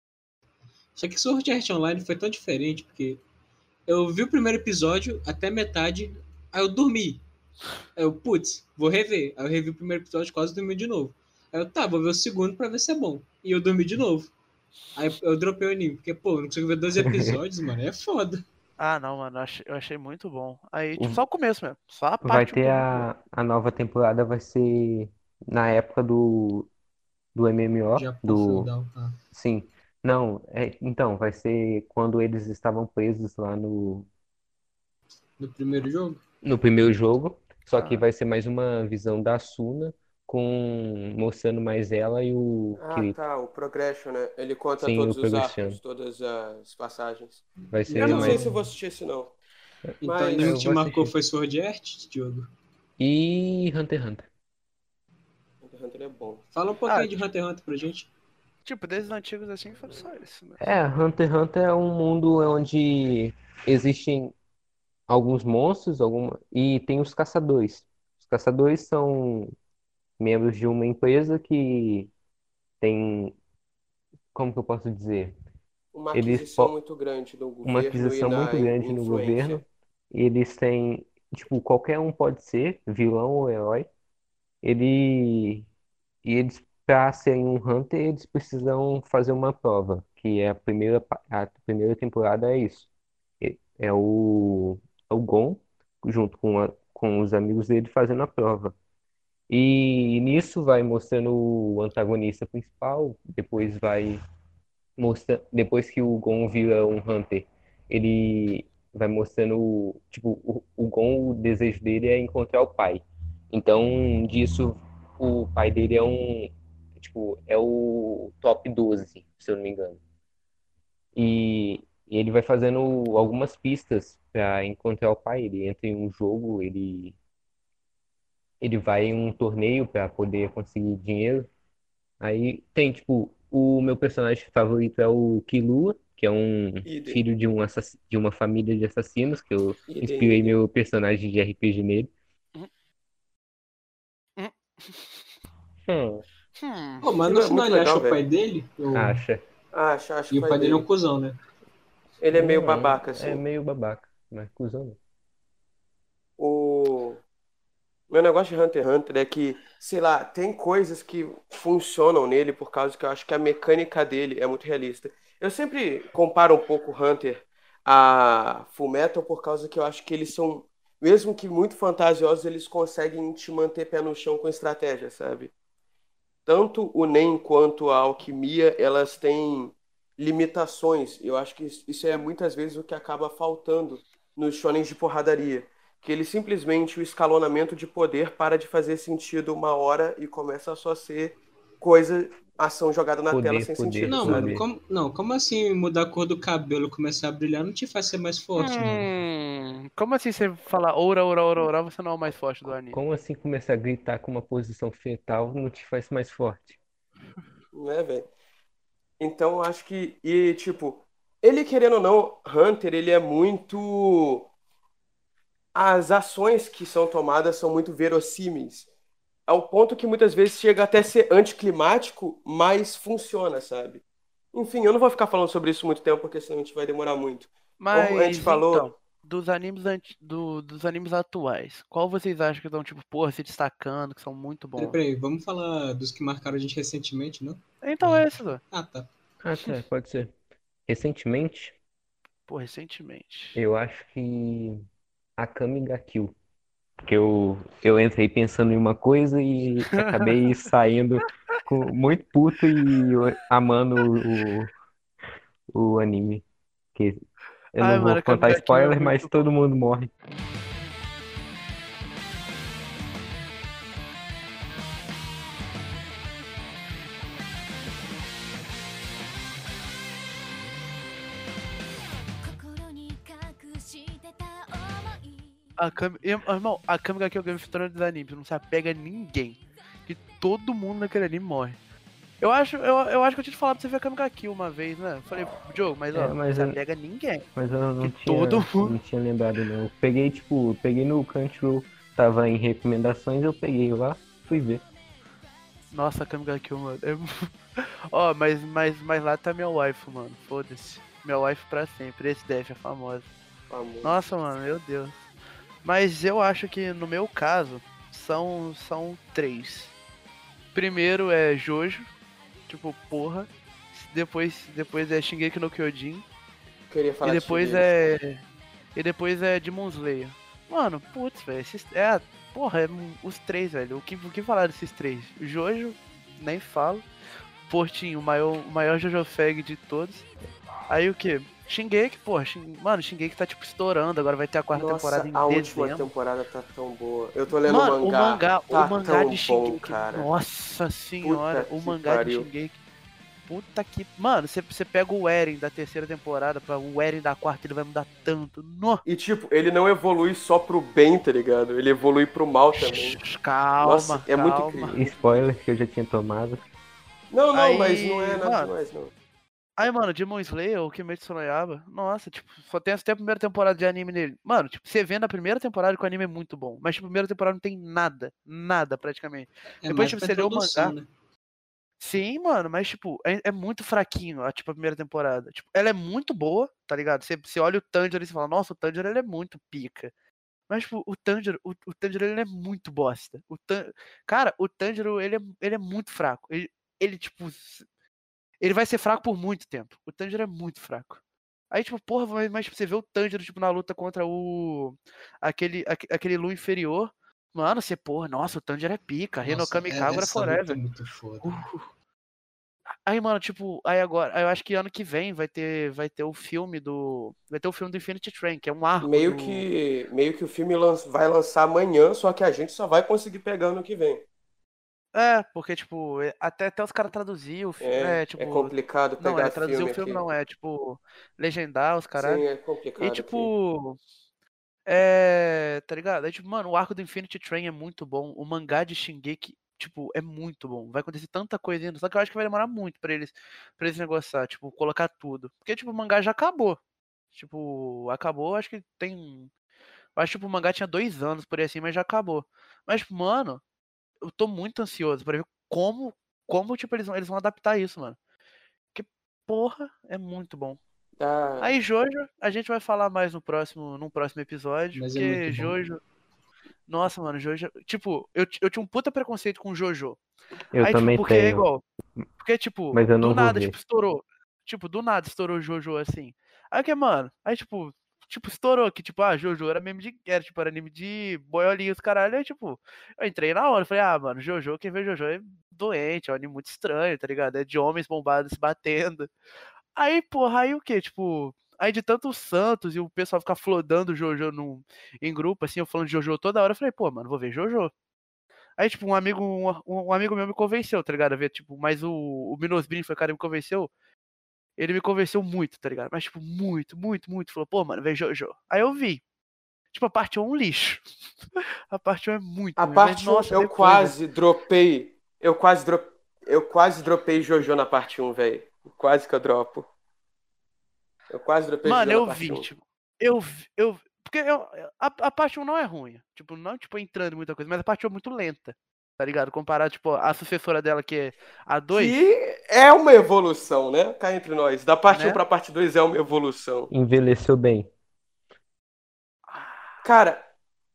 Só que Sword Art Online foi tão diferente porque eu vi o primeiro episódio até metade, aí eu dormi. Aí eu, putz, vou rever. Aí eu revi o primeiro episódio e quase dormi de novo. Aí eu, tá, vou ver o segundo pra ver se é bom. E eu dormi de novo. Aí eu dropei o anime, porque, pô, eu não consigo ver dois episódios, mano, é foda. Ah, não, mano, eu achei, eu achei muito bom. Aí, tipo, o- só o começo mesmo. Só a vai parte um ter pouquinho boa. a, a nova temporada, vai ser na época do, do M M O, Japão do... feudal, ah, Sim. Não, é, então, vai ser quando eles estavam presos lá no, no primeiro jogo. no primeiro jogo, só que Ah, vai ser mais uma visão da Asuna, com mostrando mais ela e o Ah, Kirito. tá, o Progression, né? Ele conta Sim, o todos os arcos, Progression. todas as passagens. Vai Eu ser não sei mais. se eu Então, vou assistir esse, não. então o É, anime Mas que eu te vou marcou assistir. foi Sword Art, Diogo? E Hunter x Hunter. Hunter x Hunter é bom. Fala um ah, pouquinho de Hunter x Hunter pra gente. tipo, desses antigos assim, foi só isso mesmo. É, Hunter x Hunter é um mundo onde existem alguns monstros alguma... e tem os caçadores. Os caçadores são membros de uma empresa que tem, como que eu posso dizer? Uma Eles aquisição po- muito grande do uma governo e aquisição na muito in- grande no influência. governo. E eles têm, tipo, qualquer um pode ser vilão ou herói. Ele e eles para serem um Hunter, eles precisam fazer uma prova, que é a primeira, pa- a primeira temporada é isso. É é o, é o Gon, junto com, a- com os amigos dele, fazendo a prova. E nisso vai mostrando o antagonista principal, depois vai mostra, depois que o Gon vira um Hunter, ele vai mostrando, tipo, o, o Gon, o desejo dele é encontrar o pai. Então, disso, o pai dele é um, tipo, é o top doze, se eu não me engano. E, e ele vai fazendo algumas pistas para encontrar o pai. Ele entra em um jogo, ele, ele vai em um torneio para poder conseguir dinheiro. Aí tem, tipo, o meu personagem favorito é o Killua, que é um Idem, filho de, um assass... de uma família de assassinos, que eu idem, inspirei idem. meu personagem de R P G nele. Hum, hum, Hum, hum. Pô, mas Que no é final muito ele acha legal, o pai velho. dele? O- acha. Acho, acho E que o vai pai dele é um dele. cuzão, né? Ele é meio Não, babaca, é assim. meio babaca, mas cuzão não. O meu negócio de Hunter x Hunter é que, sei lá, tem coisas que funcionam nele por causa que eu acho que a mecânica dele é muito realista. Eu sempre comparo um pouco Hunter a Fullmetal por causa que eu acho que eles são, mesmo que muito fantasiosos, eles conseguem te manter pé no chão com estratégia, sabe? Tanto o Nen quanto a alquimia, elas têm limitações. Eu acho que isso isso é muitas vezes o que acaba faltando nos shonens de porradaria, que ele simplesmente o escalonamento de poder para de fazer sentido uma hora e começa a só ser coisa, ação jogada na tela Poder, sem poder, sentido, Não, mano, sabe? poder. como, não, como assim mudar a cor do cabelo e começar a brilhar não te faz ser mais forte, mano? Hum, como assim você fala ora, ora, ora, ora, você não é o mais forte do anime? Como assim começar a gritar com uma posição fetal não te faz mais forte? Né, velho? Então, eu acho que e tipo, ele querendo ou não, Hunter, ele é muito as ações que são tomadas são muito verossímeis, ao ponto que muitas vezes chega até a ser anticlimático, mas funciona, sabe? Enfim, eu não vou ficar falando sobre isso muito tempo, porque senão a gente vai demorar muito. Como a gente Mas então, falou, dos animes anti... do, dos animes atuais, qual vocês acham que estão, tipo, porra, se destacando, que são muito Peraí, bons? peraí, vamos falar dos que marcaram a gente recentemente, não? Então É. é esse, ó. Ah, tá. Ah, tá, pode ser. Recentemente, Pô, recentemente. eu acho que Akame ga Kill. Porque eu, eu entrei pensando em uma coisa e acabei saindo com, muito puto e eu- amando o, o, o anime. Que eu Ai, não vou mano, Akame contar ga Kill é spoiler, mas muito todo bom. mundo morre. Akame... Irmão, Akame ga Kill é o Game of Thrones dos animes, não se apega a ninguém. Que todo mundo naquele anime morre. Eu acho, eu, eu acho que eu tinha te falado pra você ver Akame ga Kill uma vez, né? Eu falei, Diogo, mas É, ó, não mas se eu, apega a ninguém. mas eu Que não todo tinha, mundo. não tinha lembrado não. Eu peguei, tipo, peguei no Crunchyroll, tava em recomendações, eu peguei lá, fui ver. Nossa, Akame ga Kill, mano. É... Ó, mas, mas, mas lá tá minha wife, mano. Foda-se. Minha wife pra sempre. Esse Def é famosa. famoso. Nossa, mano, meu Deus. Mas eu acho que no meu caso, são, são três. Primeiro é Jojo, tipo, porra. Depois, depois é Shingeki no Kyojin. Queria E falar de depois Shingeki. é. E depois é Demon Slayer. Mano, putz, velho. Esses... É, porra, é os três, velho. O que, o que falar desses três? Jojo, nem falo. Portinho, o maior, o maior Jojo Fag de todos. Aí o que? Shingeki, porra. Shing... Mano, Shingeki tá tipo estourando. Agora vai ter a quarta temporada Nossa, em a última dezembro. temporada tá tão boa. Eu tô lendo o Mano, o mangá, mangá, o tá mangá tão de bom, Shingeki, cara. nossa senhora, Puta o que mangá de pariu. Shingeki. Puta que. Mano, você você pega o Eren da terceira temporada pra o Eren da quarta, ele vai mudar tanto. No... E tipo, ele não evolui só pro bem, tá ligado? Ele evolui pro mal também. Nossa, Calma, é muito calma. incrível. Spoiler que eu já tinha tomado. Não, não, mas não Aí, é nada mano, demais, não. aí, mano, Demon Slayer, o Kimetsu no Yaiba, nossa, tipo, só tem até a primeira temporada de anime nele. Mano, tipo, você vê na primeira temporada que o anime é muito bom, mas tipo, a primeira temporada não tem nada, nada praticamente. É Depois, mais tipo, pra você lê o introdução, mangá. né? Sim, mano, mas tipo, é, é muito fraquinho a, tipo, a primeira temporada. Tipo, ela é muito boa, tá ligado? Você, você olha o Tanjiro e você fala, nossa, o Tanjiro ele é muito pica. Mas, tipo, o Tanjiro, o, o Tanjiro, ele é muito bosta. O Tan... Cara, o Tanjiro, ele é, ele é muito fraco. Ele, ele, tipo, s- ele vai ser fraco por muito tempo. O Tanjiro é muito fraco. Aí, tipo, porra, mas, mas você vê o Tanjiro, tipo, na luta contra o... Aquele, aque- aquele Lu inferior. Mano, você, porra, nossa, o Tanjiro é pica. Nossa, Hinokami é- Kagura essa luta é forever. muito foda. Uh. Aí, mano, tipo, aí agora, aí eu acho que ano que vem vai ter, vai ter o filme do, vai ter o filme do Infinity Train, que é um arco Meio do, que, meio que o filme lan- vai lançar amanhã, só que a gente só vai conseguir pegar ano que vem. é, porque tipo, é- até até os caras traduzir o filme, É, é, é tipo, complicado não, é pegar traduzir o filme filme aqui. não, é tipo legendar os Sim, caralho. é E complicado aqui. tipo, é, tá ligado? Aí, tipo, mano, o arco do Infinity Train é muito bom, o mangá de Shingeki, tipo, é muito bom. Vai acontecer tanta coisa ainda, só que eu acho que vai demorar muito pra eles para eles negociar, tipo, colocar tudo. Porque tipo, o mangá já acabou. Tipo, acabou, acho que tem. Eu acho que tipo, o mangá tinha dois anos por aí assim, mas já acabou. Mas, tipo, mano, eu tô muito ansioso pra ver como, como tipo, eles vão, eles vão adaptar isso, mano. Porque, porra, é muito bom. Tá. Aí, Jojo, a gente vai falar mais no próximo, num próximo episódio, Mas é porque muito bom. Jojo. Nossa, mano, Jojo. Tipo, eu, ti- eu tinha um puta preconceito com Jojo. Eu Aí, tipo, também porque é tenho, igual. Porque, tipo, mas eu do não vou nada, tipo, ver. estourou. Tipo, do nada estourou Jojo assim. Aí que, mano, aí, tipo, tipo, estourou que, tipo, ah, Jojo era meme de. Era, tipo, era anime de boiolinhos, caralho. Aí, tipo, eu entrei na hora, falei, ah, mano, Jojo, quem vê Jojo é doente, é um anime muito estranho, tá ligado? É de homens bombados se batendo. Aí, porra, aí o quê? Tipo. Aí de tanto o Santos e o pessoal ficar flodando o Jojo num, em grupo, assim, eu falando de Jojo toda hora, eu falei, pô, mano, vou ver Jojo. Aí, tipo, um amigo, um, um amigo meu me convenceu, tá ligado? A ver, tipo, mas o, o Minosbrin foi o cara que me convenceu. Ele me convenceu muito, tá ligado? Mas, tipo, muito, muito, muito. Falou, pô, mano, vê Jojo. Aí eu vi. Tipo, a parte um é um lixo. A parte um é muito A ruim. Mas, parte um nossa, eu depois, velho. quase dropei. Eu quase dro... eu quase dropei Jojo na parte um, velho. Quase que eu dropo. Eu quase dropei Mano, Jojo na eu parte vi, um. tipo. Eu vi, eu vi- Porque eu, a, a parte um não é ruim. Tipo, não, tipo, entrando em muita coisa. Mas a parte um é muito lenta. Tá ligado? Comparado, tipo, a sucessora dela, que é a dois, Que é uma evolução, né? Cá entre nós. Da parte um né? pra parte dois é uma evolução. Envelheceu bem. Cara,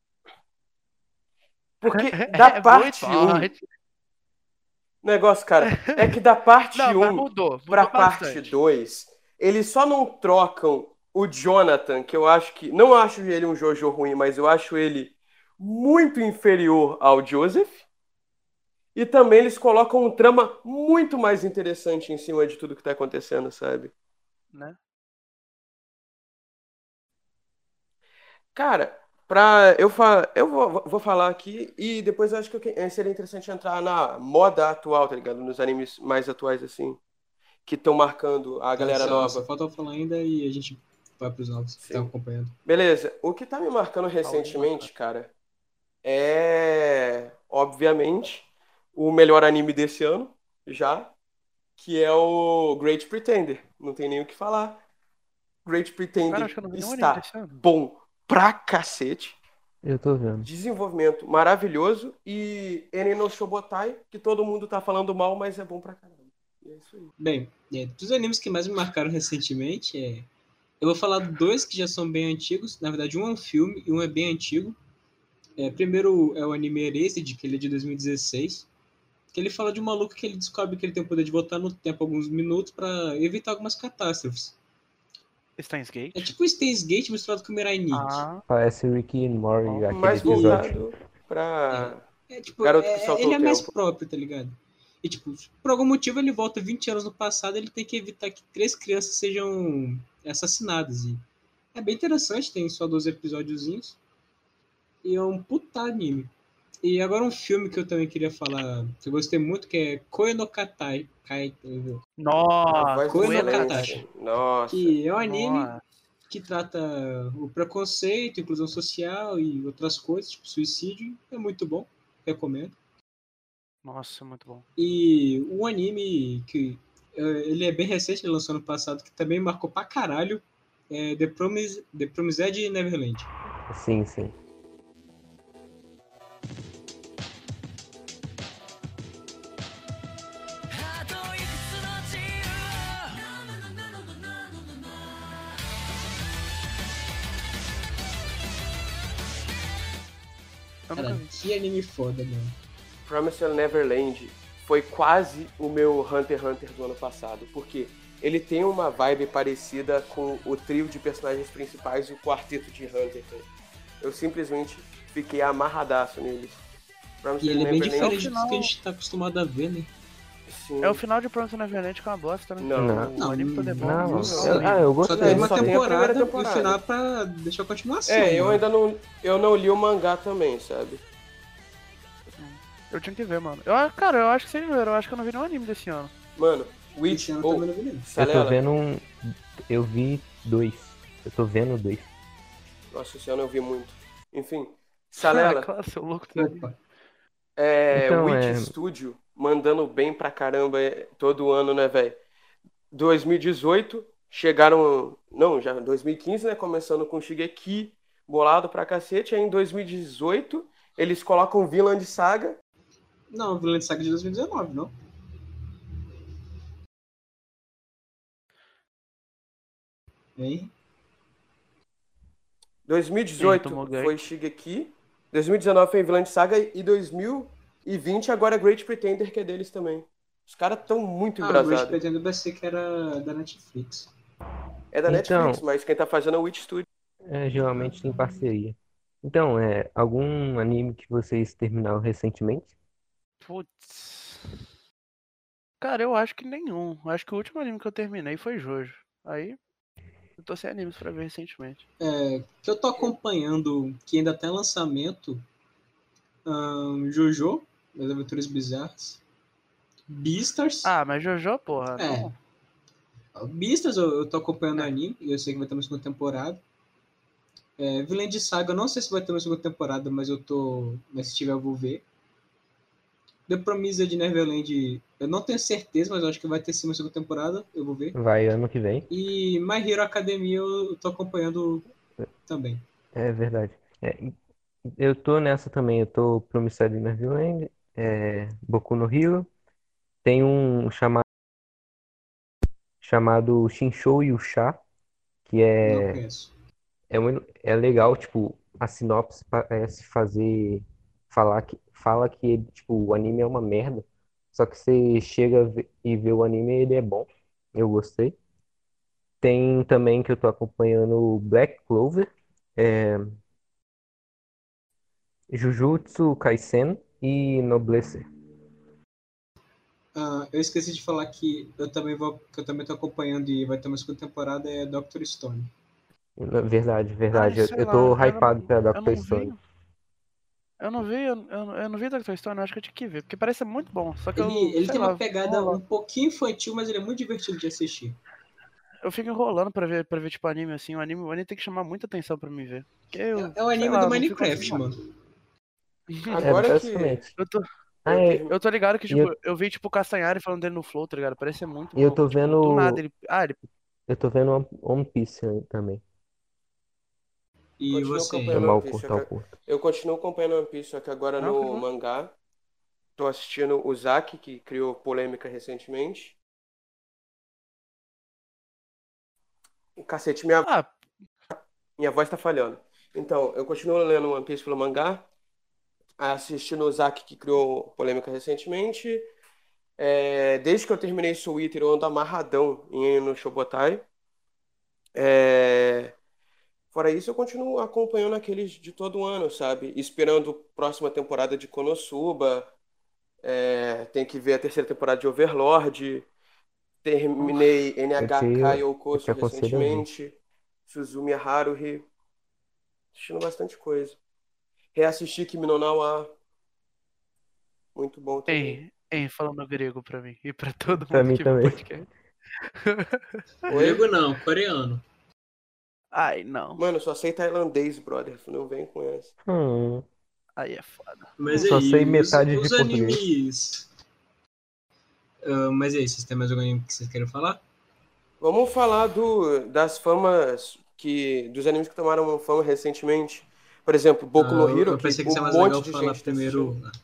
porque da É muito parte um, forte. negócio, cara, é que da parte Não, mas um mudou. pra Mudou parte bastante. dois, eles só não trocam o Jonathan, que eu acho que. Não acho ele um Jojo ruim, mas eu acho ele muito inferior ao Joseph. E também eles colocam um trama muito mais interessante em cima de tudo que tá acontecendo, sabe? Né? Cara, pra eu, fa... eu vou, vou falar aqui e depois eu acho que eu que- seria interessante entrar na moda atual, tá ligado? Nos animes mais atuais, assim, que estão marcando a Tá, galera só, só nova. falta eu falar ainda e a gente vai pros novos que estão Sim. acompanhando. Beleza. O que tá me marcando recentemente, cara, é, obviamente, o melhor anime desse ano, já, que é o Great Pretender. Não tem nem o que falar. Great Cara, acho Pretender que eu não vi nenhum anime está desse ano. bom pra cacete. Eu tô vendo. Desenvolvimento maravilhoso. E Enen no Shobotai, que todo mundo tá falando mal, mas é bom pra caramba. E é isso aí. Bem, é, dos animes que mais me marcaram recentemente, é, eu vou falar dois que já são bem antigos. Na verdade, um é um filme e um é bem antigo. É, primeiro é o anime Erased, que ele é de dois mil e dezesseis. Que ele fala de um maluco que ele descobre que ele tem o poder de voltar no tempo alguns minutos para evitar algumas catástrofes. Steins É Gate? tipo o Steins Gate misturado com o Mirai Nikki. Ah, Parece Rick and Morty, Ó, aquele Mais episódio. voltado pra É tipo, garoto que é, saltou ele o é mais tempo. próprio, tá ligado? E tipo, por algum motivo ele volta vinte anos no passado e ele tem que evitar que três crianças sejam assassinadas. E é bem interessante, tem só doze episódiozinhos. E é um puta anime. E agora um filme que eu também queria falar, que eu gostei muito, que é Koe no Katai. Kai, A nossa, voz da Koe no Uekatashi. Katashi. excelência. Nossa. Que é um anime Nossa, que trata o preconceito, inclusão social e outras coisas, tipo suicídio. É muito bom, recomendo. nossa, muito bom. E um anime que eh, ele é bem recente, ele lançou ano passado, que também marcou pra caralho, é The, Promise, The Promised Neverland. Sim, sim. Eu nunca Cara, vi. que anime foda, mano. Promised Neverland foi quase o meu Hunter x Hunter do ano passado, porque ele tem uma vibe parecida com o trio de personagens principais e o quarteto de Hunter. Eu simplesmente fiquei amarradaço neles. Promised E ele é bem Neverland, diferente do que a gente tá acostumado a ver, né? sim. É o final de Promised Neverland que é uma bosta, né? Não. O anime todo é bom. Não, Nossa, eu, ah, eu Só gostei. tem uma Só tem a temporada, primeira temporada. e o final pra deixar a continuação. É, eu mano. ainda não, eu não li o mangá também, sabe? Eu tinha que ver, mano. Eu, cara, eu acho que vocês viram. Eu acho que eu não vi nenhum anime desse ano. Mano, Witch, Esse ano ou também não vi nenhum. Eu tô Salela. vendo um. Eu vi dois. Eu tô vendo dois. Nossa, esse ano eu vi muito. Enfim, Ah, Salela, claro, seu louco. Tá ali. Opa. é, Então, Witch é- Studio mandando bem pra caramba é, todo ano, né, velho? dois mil e dezoito, chegaram. Não, já dois mil e quinze, né? Começando com Shigeki, bolado pra cacete. Aí em dois mil e dezoito, eles colocam Vinland Saga. Não, Vinland Saga de dois mil e dezenove, não? Hein? dois mil e Sim, dezoito tomou gank. foi Shigeki. dois mil e dezenove foi Vinland Saga. E dois mil e vinte agora é Great Pretender, que é deles também. Os caras tão muito Ah, o Great embrasados. Pretender vai ser que era da Netflix. É da Então- Netflix, mas quem tá fazendo é o Witch Studio. É, geralmente tem parceria. Então, é algum anime que vocês terminaram recentemente? Putz. Cara, eu acho que nenhum. Eu acho que o último anime que eu terminei foi Jojo. Aí, eu tô sem animes pra ver recentemente. É, que eu tô acompanhando, que ainda tá em lançamento, ahn, Jojo, das Aventuras Bizarras, Beastars. Ah, mas Jojo, porra. é. Não. Beastars eu, eu tô acompanhando o É. anime, e eu sei que vai ter uma segunda temporada. É, Vinland Saga, eu não sei se vai ter uma segunda temporada, mas eu tô. Mas se tiver, eu vou ver. The Promised Neverland, eu não tenho certeza, mas eu acho que vai ter sim uma segunda temporada, eu vou ver. Vai ano que vem. E My Hero Academia eu tô acompanhando também. É verdade. É, e- eu tô nessa também. Eu tô Promissed Neverland, é, Boku no Hero. Tem um chamado chamado Shinshou Yusha, que Não é conheço. é, um- é legal, tipo, a sinopse parece fazer falar que fala que tipo o anime é uma merda. Só que você chega a ver- e vê o anime, ele é bom. Eu gostei. Tem também que eu tô acompanhando o Black Clover, é, Jujutsu Kaisen e Noblesse. Ah, eu esqueci de falar que eu também vou, que eu também tô acompanhando e vai ter uma segunda temporada, é Doctor Stone. Verdade, verdade. Ai, Eu, sei eu tô lá, eu hypado não- pra Eu Doctor não Stone. vi. Eu não vi, eu, eu, eu não vi Doctor Stone, eu acho que eu tinha que ver, porque parece ser muito bom. Só que Ele, eu, ele sei tem lá, uma pegada rola- um pouquinho infantil, mas ele é muito divertido de assistir. eu fico enrolando pra ver, pra ver tipo anime assim. O anime, o anime tem que chamar muita atenção pra me ver. Porque eu, É, é o sei anime lá, do eu não fico Minecraft, assim. mano. É, Agora que basicamente. Eu tô, Ah, eu é, termi- eu tô ligado que, E tipo, eu- eu, vi, tipo, o Castanhari falando dele no Flow, tá ligado? Parece ser muito E eu bom. tô Tipo, vendo- do nada ele. Ah, ele. eu tô vendo One- One Piece aí também. E continuo você? É acompanhando mal One Piece. curto, só ao que- curto. Eu continuo acompanhando One Piece, só que agora Não, no que não. mangá. Tô assistindo o Zaki, que criou polêmica recentemente. Cacete, minha, Ah, minha voz tá falhando. Então, eu continuo lendo One Piece pelo mangá, assistindo o Zaki, que criou polêmica recentemente. É, desde que eu terminei Soul Eater, eu ando amarradão em ir no Shobotai. É, fora isso, eu continuo acompanhando aqueles de todo ano, sabe? Esperando a próxima temporada de Konosuba. É, tem que ver a terceira temporada de Overlord. Terminei Esse N H K aí eu, eu te Yokoso aconselho a ver. recentemente. Suzumi Haruhi. Assistindo bastante coisa. Reassisti Kimi no Na wa. Muito bom também. hein, hein, falando grego pra mim. E pra todo Pra mundo mim que vê o também. podcast. Oi? Grego não, coreano. Ai, não. Mano, só sei tailandês, brother. Não vem com essa. Hum, Aí é foda. Mas Só aí, sei os, metade de os português. animes. Ah, mas e aí, vocês têm mais algum anime que vocês querem falar? Vamos falar do, das famas que. Dos animes que tomaram fama recentemente. Por exemplo, Boku Ah, no eu- Hero, eu pensei que que ia ser um mais monte legal de falar gente tá primeiro. assistindo.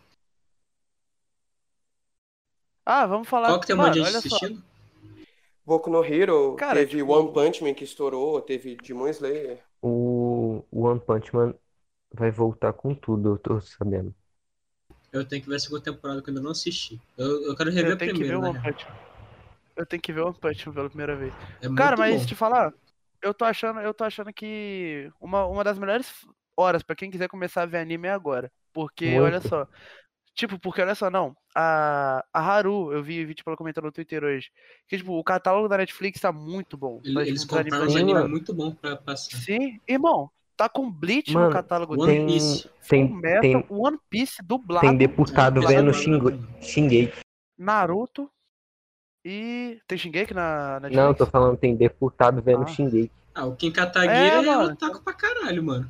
Ah, vamos falar. Qual que tem um monte de Mano, gente olha só. assistindo? Boku no Hero, Cara, teve tipo- One Punch Man que estourou, teve Demon Slayer. o o One Punch Man vai voltar com tudo, eu tô sabendo. Eu tenho que ver a segunda temporada que eu ainda não assisti. Eu, eu quero Eu rever a tenho que ver primeira, o na One real. Punch Man. Eu tenho que ver o One Punch Man pela primeira vez. É Cara, muito mas bom. te falar, eu tô achando, eu tô achando que uma, uma das melhores horas pra quem quiser começar a ver anime é agora. Porque, olha Muito. só. Tipo, porque olha só, não. A, a Haru, eu vi, vi tipo, ela comentando no Twitter hoje. Que, tipo, o catálogo da Netflix tá muito bom. Ele- Tá, Eles tipo, dos animes compraram uns Sim, antigos. animes mano. muito bons pra passar. Sim, irmão, tá com Bleach no Mano, catálogo One dele. tem, Piece. tem, Fullmetal, tem, One Piece tem dublado. One deputado Piece vendo Dublado. dublado é Shingo- bom. Shingeki. Naruto e. Tem Shingeki na Não, eu tô Netflix? falando, tem deputado vendo Ah. Shingeki. Ah, o Ken Kataguiri É, é mano. otaku pra caralho, mano.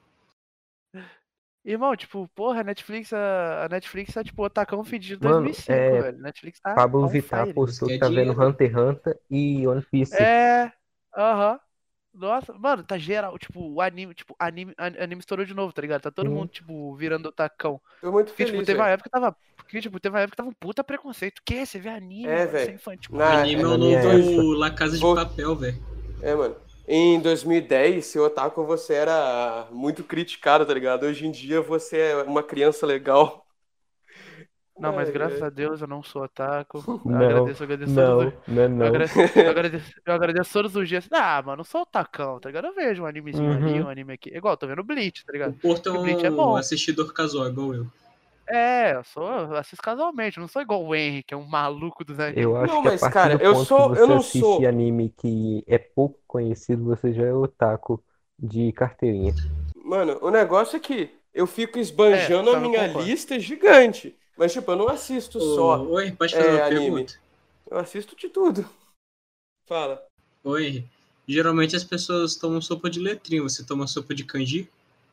Irmão, tipo, porra, a Netflix, a, a Netflix tá, tipo, Otacão fedido Mano, dois mil e cinco, é, velho. Netflix tá Pablo on Vittar fire. Isso postou que é que tá vendo dinheiro. Hunter x Hunter e One Piece. É, aham. Nossa, mano, tá geral, tipo, o anime, tipo, anime, an- anime estourou de novo, tá ligado? Tá todo Sim. mundo, tipo, virando otacão. Tô muito Porque, tipo, feliz, teve uma velho. época que tava. Porque, tipo, teve uma época que tava um puta preconceito. Que? Você vê anime, É, mano, você é velho. infantil. O Na, anime é Na o minha novo La Casa de Vou- Papel, velho. É, mano. Em dois mil e dez, seu otaku, você era muito criticado, tá ligado? Hoje em dia você é uma criança legal. Não, mas Ai, graças a ai. Deus eu não sou otaku. Eu Não, agradeço, eu agradeço todos os. não, não, é Eu não. agra- eu agradeço, eu agradeço todos os dias. Ah, mano, eu sou otacão, tá ligado? Eu vejo um animezinho ali, Uhum. um anime aqui. Igual, tô vendo Bleach, tá O ligado? Porto é Porque Bleach é um bom. assistidor casual, igual eu. É, eu sou, eu assisto casualmente, eu não sou igual o Henry, que é um maluco dos Eu animes. acho Não, que a mas, partir cara, do eu ponto que sou. Eu você não assiste sou. anime que é pouco conhecido, você já é otaku de carteirinha. Mano, o negócio é que eu fico É, esbanjando a também minha concordo. lista gigante. Mas, tipo, eu não assisto só Ô, ô Henry, pode fazer é, uma anime. pergunta? Eu assisto de tudo. Fala. Ô Henry, geralmente as pessoas tomam sopa de letrinha. Você toma sopa de kanji?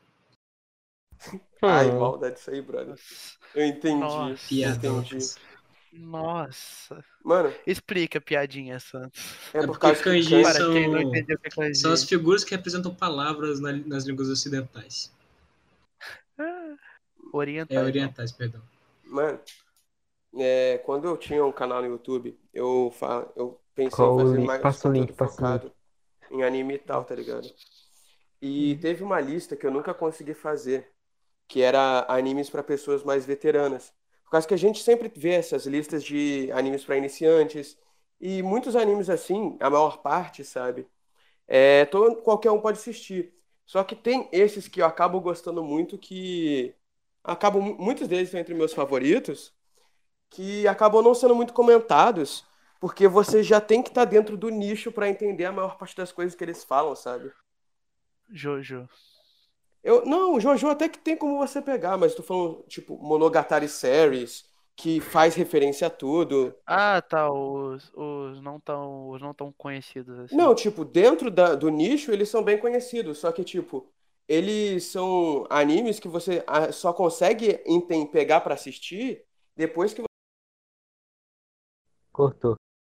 Ai, Hum. maldade isso aí, brother. Eu entendi. Nossa. Eu entendi. Piadocas. Nossa. Mano, Explica a piadinha, Santos. é É por porque causa que kanji kanji. Para quem não são, entendeu o que é kanji. são as figuras que representam palavras na- nas línguas ocidentais. Ah, É, orientais, não. orientais, perdão. Mano, é, quando eu tinha um canal no YouTube, eu, fa... eu pensei em Qual o fazer link? mais Passa o link, conteúdo passa o link. focado em anime e tal, tá ligado? E Uhum. teve uma lista que eu nunca consegui fazer, que era animes para pessoas mais veteranas. Por causa que a gente sempre vê essas listas de animes para iniciantes, e muitos animes assim, a maior parte, sabe? É, todo, qualquer um pode assistir. Só que tem esses que eu acabo gostando muito, que acabam, muitos deles estão entre meus favoritos, que acabam não sendo muito comentados, porque você já tem que estar dentro do nicho para entender a maior parte das coisas que eles falam, sabe? Jojo. Eu, não, o Jojo até que tem como você pegar, mas tô falando, tipo, Monogatari Series, que faz referência a tudo. Ah, tá. Os, os não tão, os não tão conhecidos assim. Não, tipo, dentro da- do nicho eles são bem conhecidos, só que, tipo, eles são animes que você ah, só consegue enten- pegar pra assistir depois que Cortou.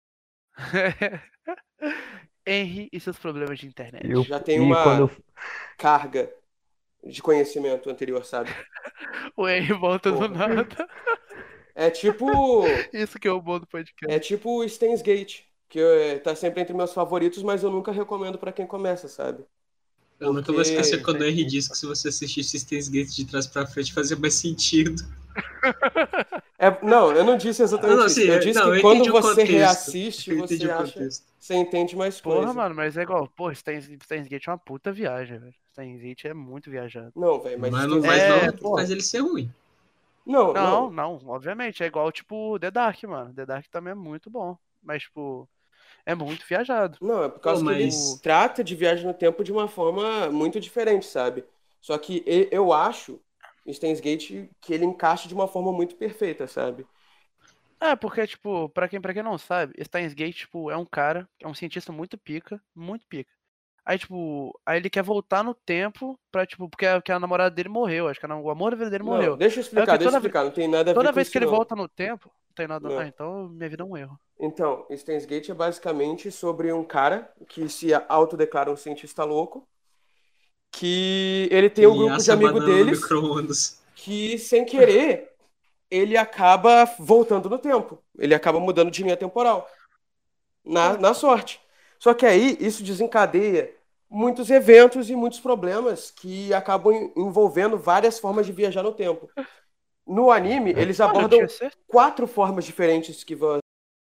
Henry e seus problemas de internet. Eu, já tem e quando uma carga de conhecimento anterior, sabe? O Henry volta do Porra. nada. É tipo, Isso que é o bom do é podcast. tipo o Steins Gate, que eh, tá sempre entre meus favoritos, mas eu nunca recomendo pra quem começa, sabe? Eu nunca vou esquecer Porque quando o Henry disse que se você assistisse Steins Gate de trás pra frente fazia mais sentido. é, não, eu não disse exatamente Não, não, isso. sim, Eu eu- disse não, que eu quando entendi o você contexto. reassiste, Eu entendi você o acha, contexto. você entende mais Porra, coisa. mano, mas é igual. Pô, Steins, Steins Gate é uma puta viagem, velho. Steins Gate é muito viajado. Não, velho, mas Mas não Steins faz, Gate é É, não outro. faz ele ser ruim. Não, Não, não. não, obviamente. É igual, tipo, The Dark, mano. The Dark também é muito bom. Mas, tipo, é muito viajado. Não, é por Pô, causa que ele mas trata de viagem no tempo de uma forma muito diferente, sabe? Só que e- eu acho o Steins Gate que ele encaixa de uma forma muito perfeita, sabe? É, porque, tipo, pra quem, pra quem não sabe, Steins Gate, tipo, é um cara, é um cientista muito pica, muito pica. Aí, tipo, aí ele quer voltar no tempo pra, tipo, porque a, porque a namorada dele morreu, acho que a nam- o amor da vida dele Não, morreu. deixa eu Aí o explicar, que deixa eu toda, ve- explicar, não tem nada a ver toda com vez que isso ele não. volta no tempo, não tem nada. Ah, Não. então minha vida é um erro. Então, Steins Gate é basicamente sobre um cara que se autodeclara um cientista louco, que ele tem um ele grupo de assa a amigo banana no deles micro-ondas. que, sem querer, ele acaba voltando no tempo. Ele acaba mudando de linha temporal. Na, Ah. na sorte. Só que aí isso desencadeia muitos eventos e muitos problemas que acabam envolvendo várias formas de viajar no tempo. No anime, eles Mano, eu abordam tinha certeza. quatro formas diferentes que vão.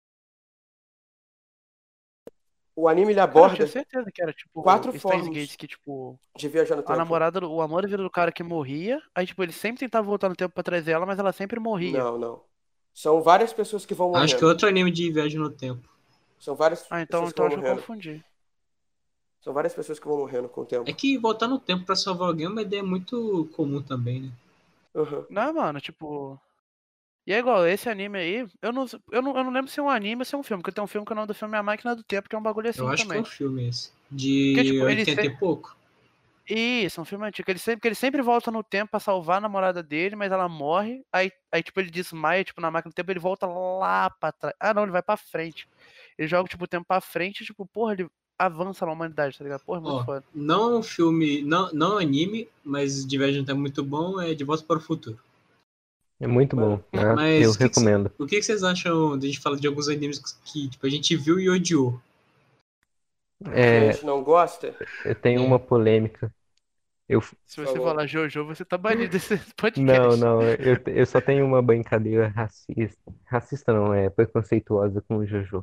O anime ele Cara, eu tinha aborda certeza que era tipo quatro Steins formas Gates, que tipo, de viajar no a tempo. namorada, o amor da vida do cara que morria, aí tipo, ele sempre tentava voltar no tempo pra trazer ela, mas ela sempre morria. Não, não. São várias pessoas que vão Acho que é morrendo. outro anime de viagem no tempo. São várias Ah, então, pessoas que então vão acho que eu morrendo. confundi. São várias pessoas que vão morrendo com o tempo. É que voltar no tempo pra salvar alguém é uma ideia muito comum também, né? Uhum. Não, mano, tipo. E é igual, esse anime aí, eu não, eu não, eu não lembro se é um anime ou se é um filme, porque tem um filme que o nome do filme é A Máquina do Tempo, que é um bagulho assim Eu acho que é também. um filme esse. Porque, De tipo, ele oitenta se... e pouco. Isso, é um filme antigo. Ele sempre, que ele sempre volta no tempo pra salvar a namorada dele, mas ela morre. Aí, aí tipo, ele desmaia, tipo, na máquina do tempo, ele volta lá pra trás. Ah, não, ele vai pra frente. Ele joga, tipo, o tempo pra frente e, tipo, porra, ele avança na humanidade, tá ligado? Porra, é muito Ó, foda. não um filme, não, não anime, mas de viagem no tempo muito bom, é De Volta para o Futuro. É muito Mano, bom, né? Mas Eu o que que cê- recomendo. o que, que vocês acham de a gente falar de alguns animes que tipo, a gente viu e odiou? que a É, gente não gosta, eu tenho É. uma polêmica. Eu, Se por você favor. falar Jojo, você tá banido desse não, podcast. não, eu, eu só tenho uma brincadeira racista. Racista não, é preconceituosa com o Jojo.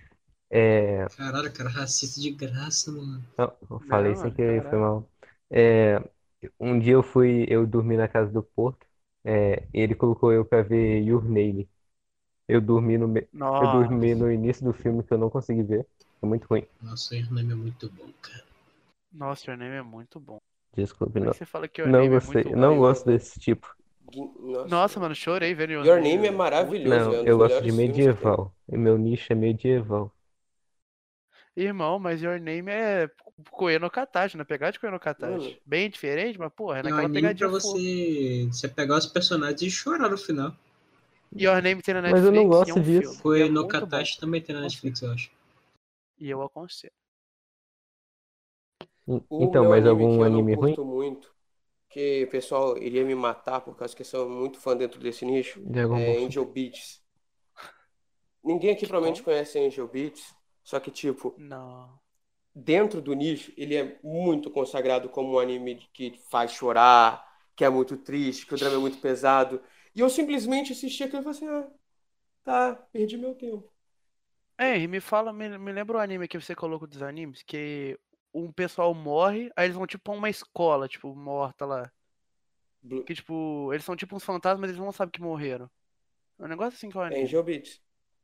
É, Caralho, cara, racista de graça, mano. não, eu falei Não, sem mano, querer, foi caralho. mal. É, um dia eu fui, eu dormi na casa do Porto, é, e ele colocou eu pra ver Your Name. Eu dormi no, me- eu dormi Nossa. no início do filme que eu não consegui ver. É muito ruim. Nossa, o anime é muito bom, cara. Nossa, Your Name é muito bom. Desculpe, Como é não, que você fala que Your não Name é gostei. muito Eu ruim? não Ai, não, gosto velho. desse tipo. Gui- Nossa. Nossa, mano, chorei vendo Your Your Name, Name é velho. maravilhoso, Não, é um dos eu gosto de melhores filmes que tem. medieval. E meu nicho é medieval. Irmão, mas Your Name é Koe no Katachi, na pegada de Koe no Mano, Katachi. Bem diferente, mas porra, é E é um naquela anime pra pegadinha fofa. você, você pegar os personagens e chorar no final. Your Name tem na Mas eu não Netflix e é gosto um disso. filme. E é Foi no muito bom. Katachi também tem na Netflix, eu acho. E eu aconselho. En- o Então, meu mais anime que algum eu não anime ruim? curto muito, que o pessoal iria me matar por causa que eu sou muito fã dentro desse nicho, Dragon Ball é Super. Angel Beats. Ninguém aqui Que provavelmente como? conhece Angel Beats, só que, tipo, Não. dentro do nicho, ele é muito consagrado como um anime que faz chorar, que é muito triste, que o drama é muito pesado. E eu simplesmente assisti aquilo e falei assim, ah, tá, perdi meu tempo. Ei, me fala, me, me lembra o anime que você colocou dos animes, que um pessoal morre, aí eles vão tipo pra uma escola, tipo, morta lá. Blue- Que tipo, eles são tipo uns fantasmas, mas eles não sabem que morreram. É um negócio assim que é o anime. Angel Beats.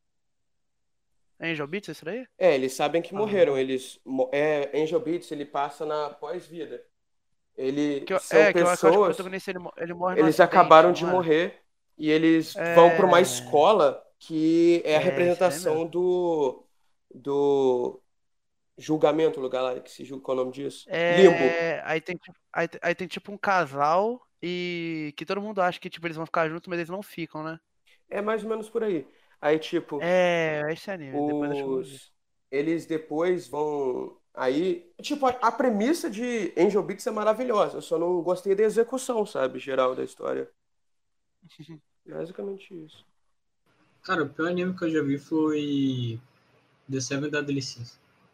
É Angel Beats esse daí? É, eles sabem que morreram. Ah. Eles, mo- é, Angel Beats, ele passa na pós-vida. Que Ele eu- são é, que eu, que eu acho que o pessoas, protagonista ele, mo- ele morre num eles acidente, acabaram de não é? morrer e eles vão para uma É. escola que é a É, esse daí representação mesmo. do, do julgamento, o lugar lá que se julga, qual é o nome disso? Limbo. É. Aí tem, tipo- aí, tem- aí tem tipo um casal e que todo mundo acha que tipo, eles vão ficar juntos, mas eles não ficam, né? É mais ou menos por aí. Aí, tipo, É, esse anime, depois acho que eu vou ver. os eles depois vão aí, tipo, a, a premissa de Angel Beats é maravilhosa. Eu só não gostei da execução, sabe, geral da história. Basicamente isso. Cara, o pior anime que eu já vi foi The Seven Deadly Sins.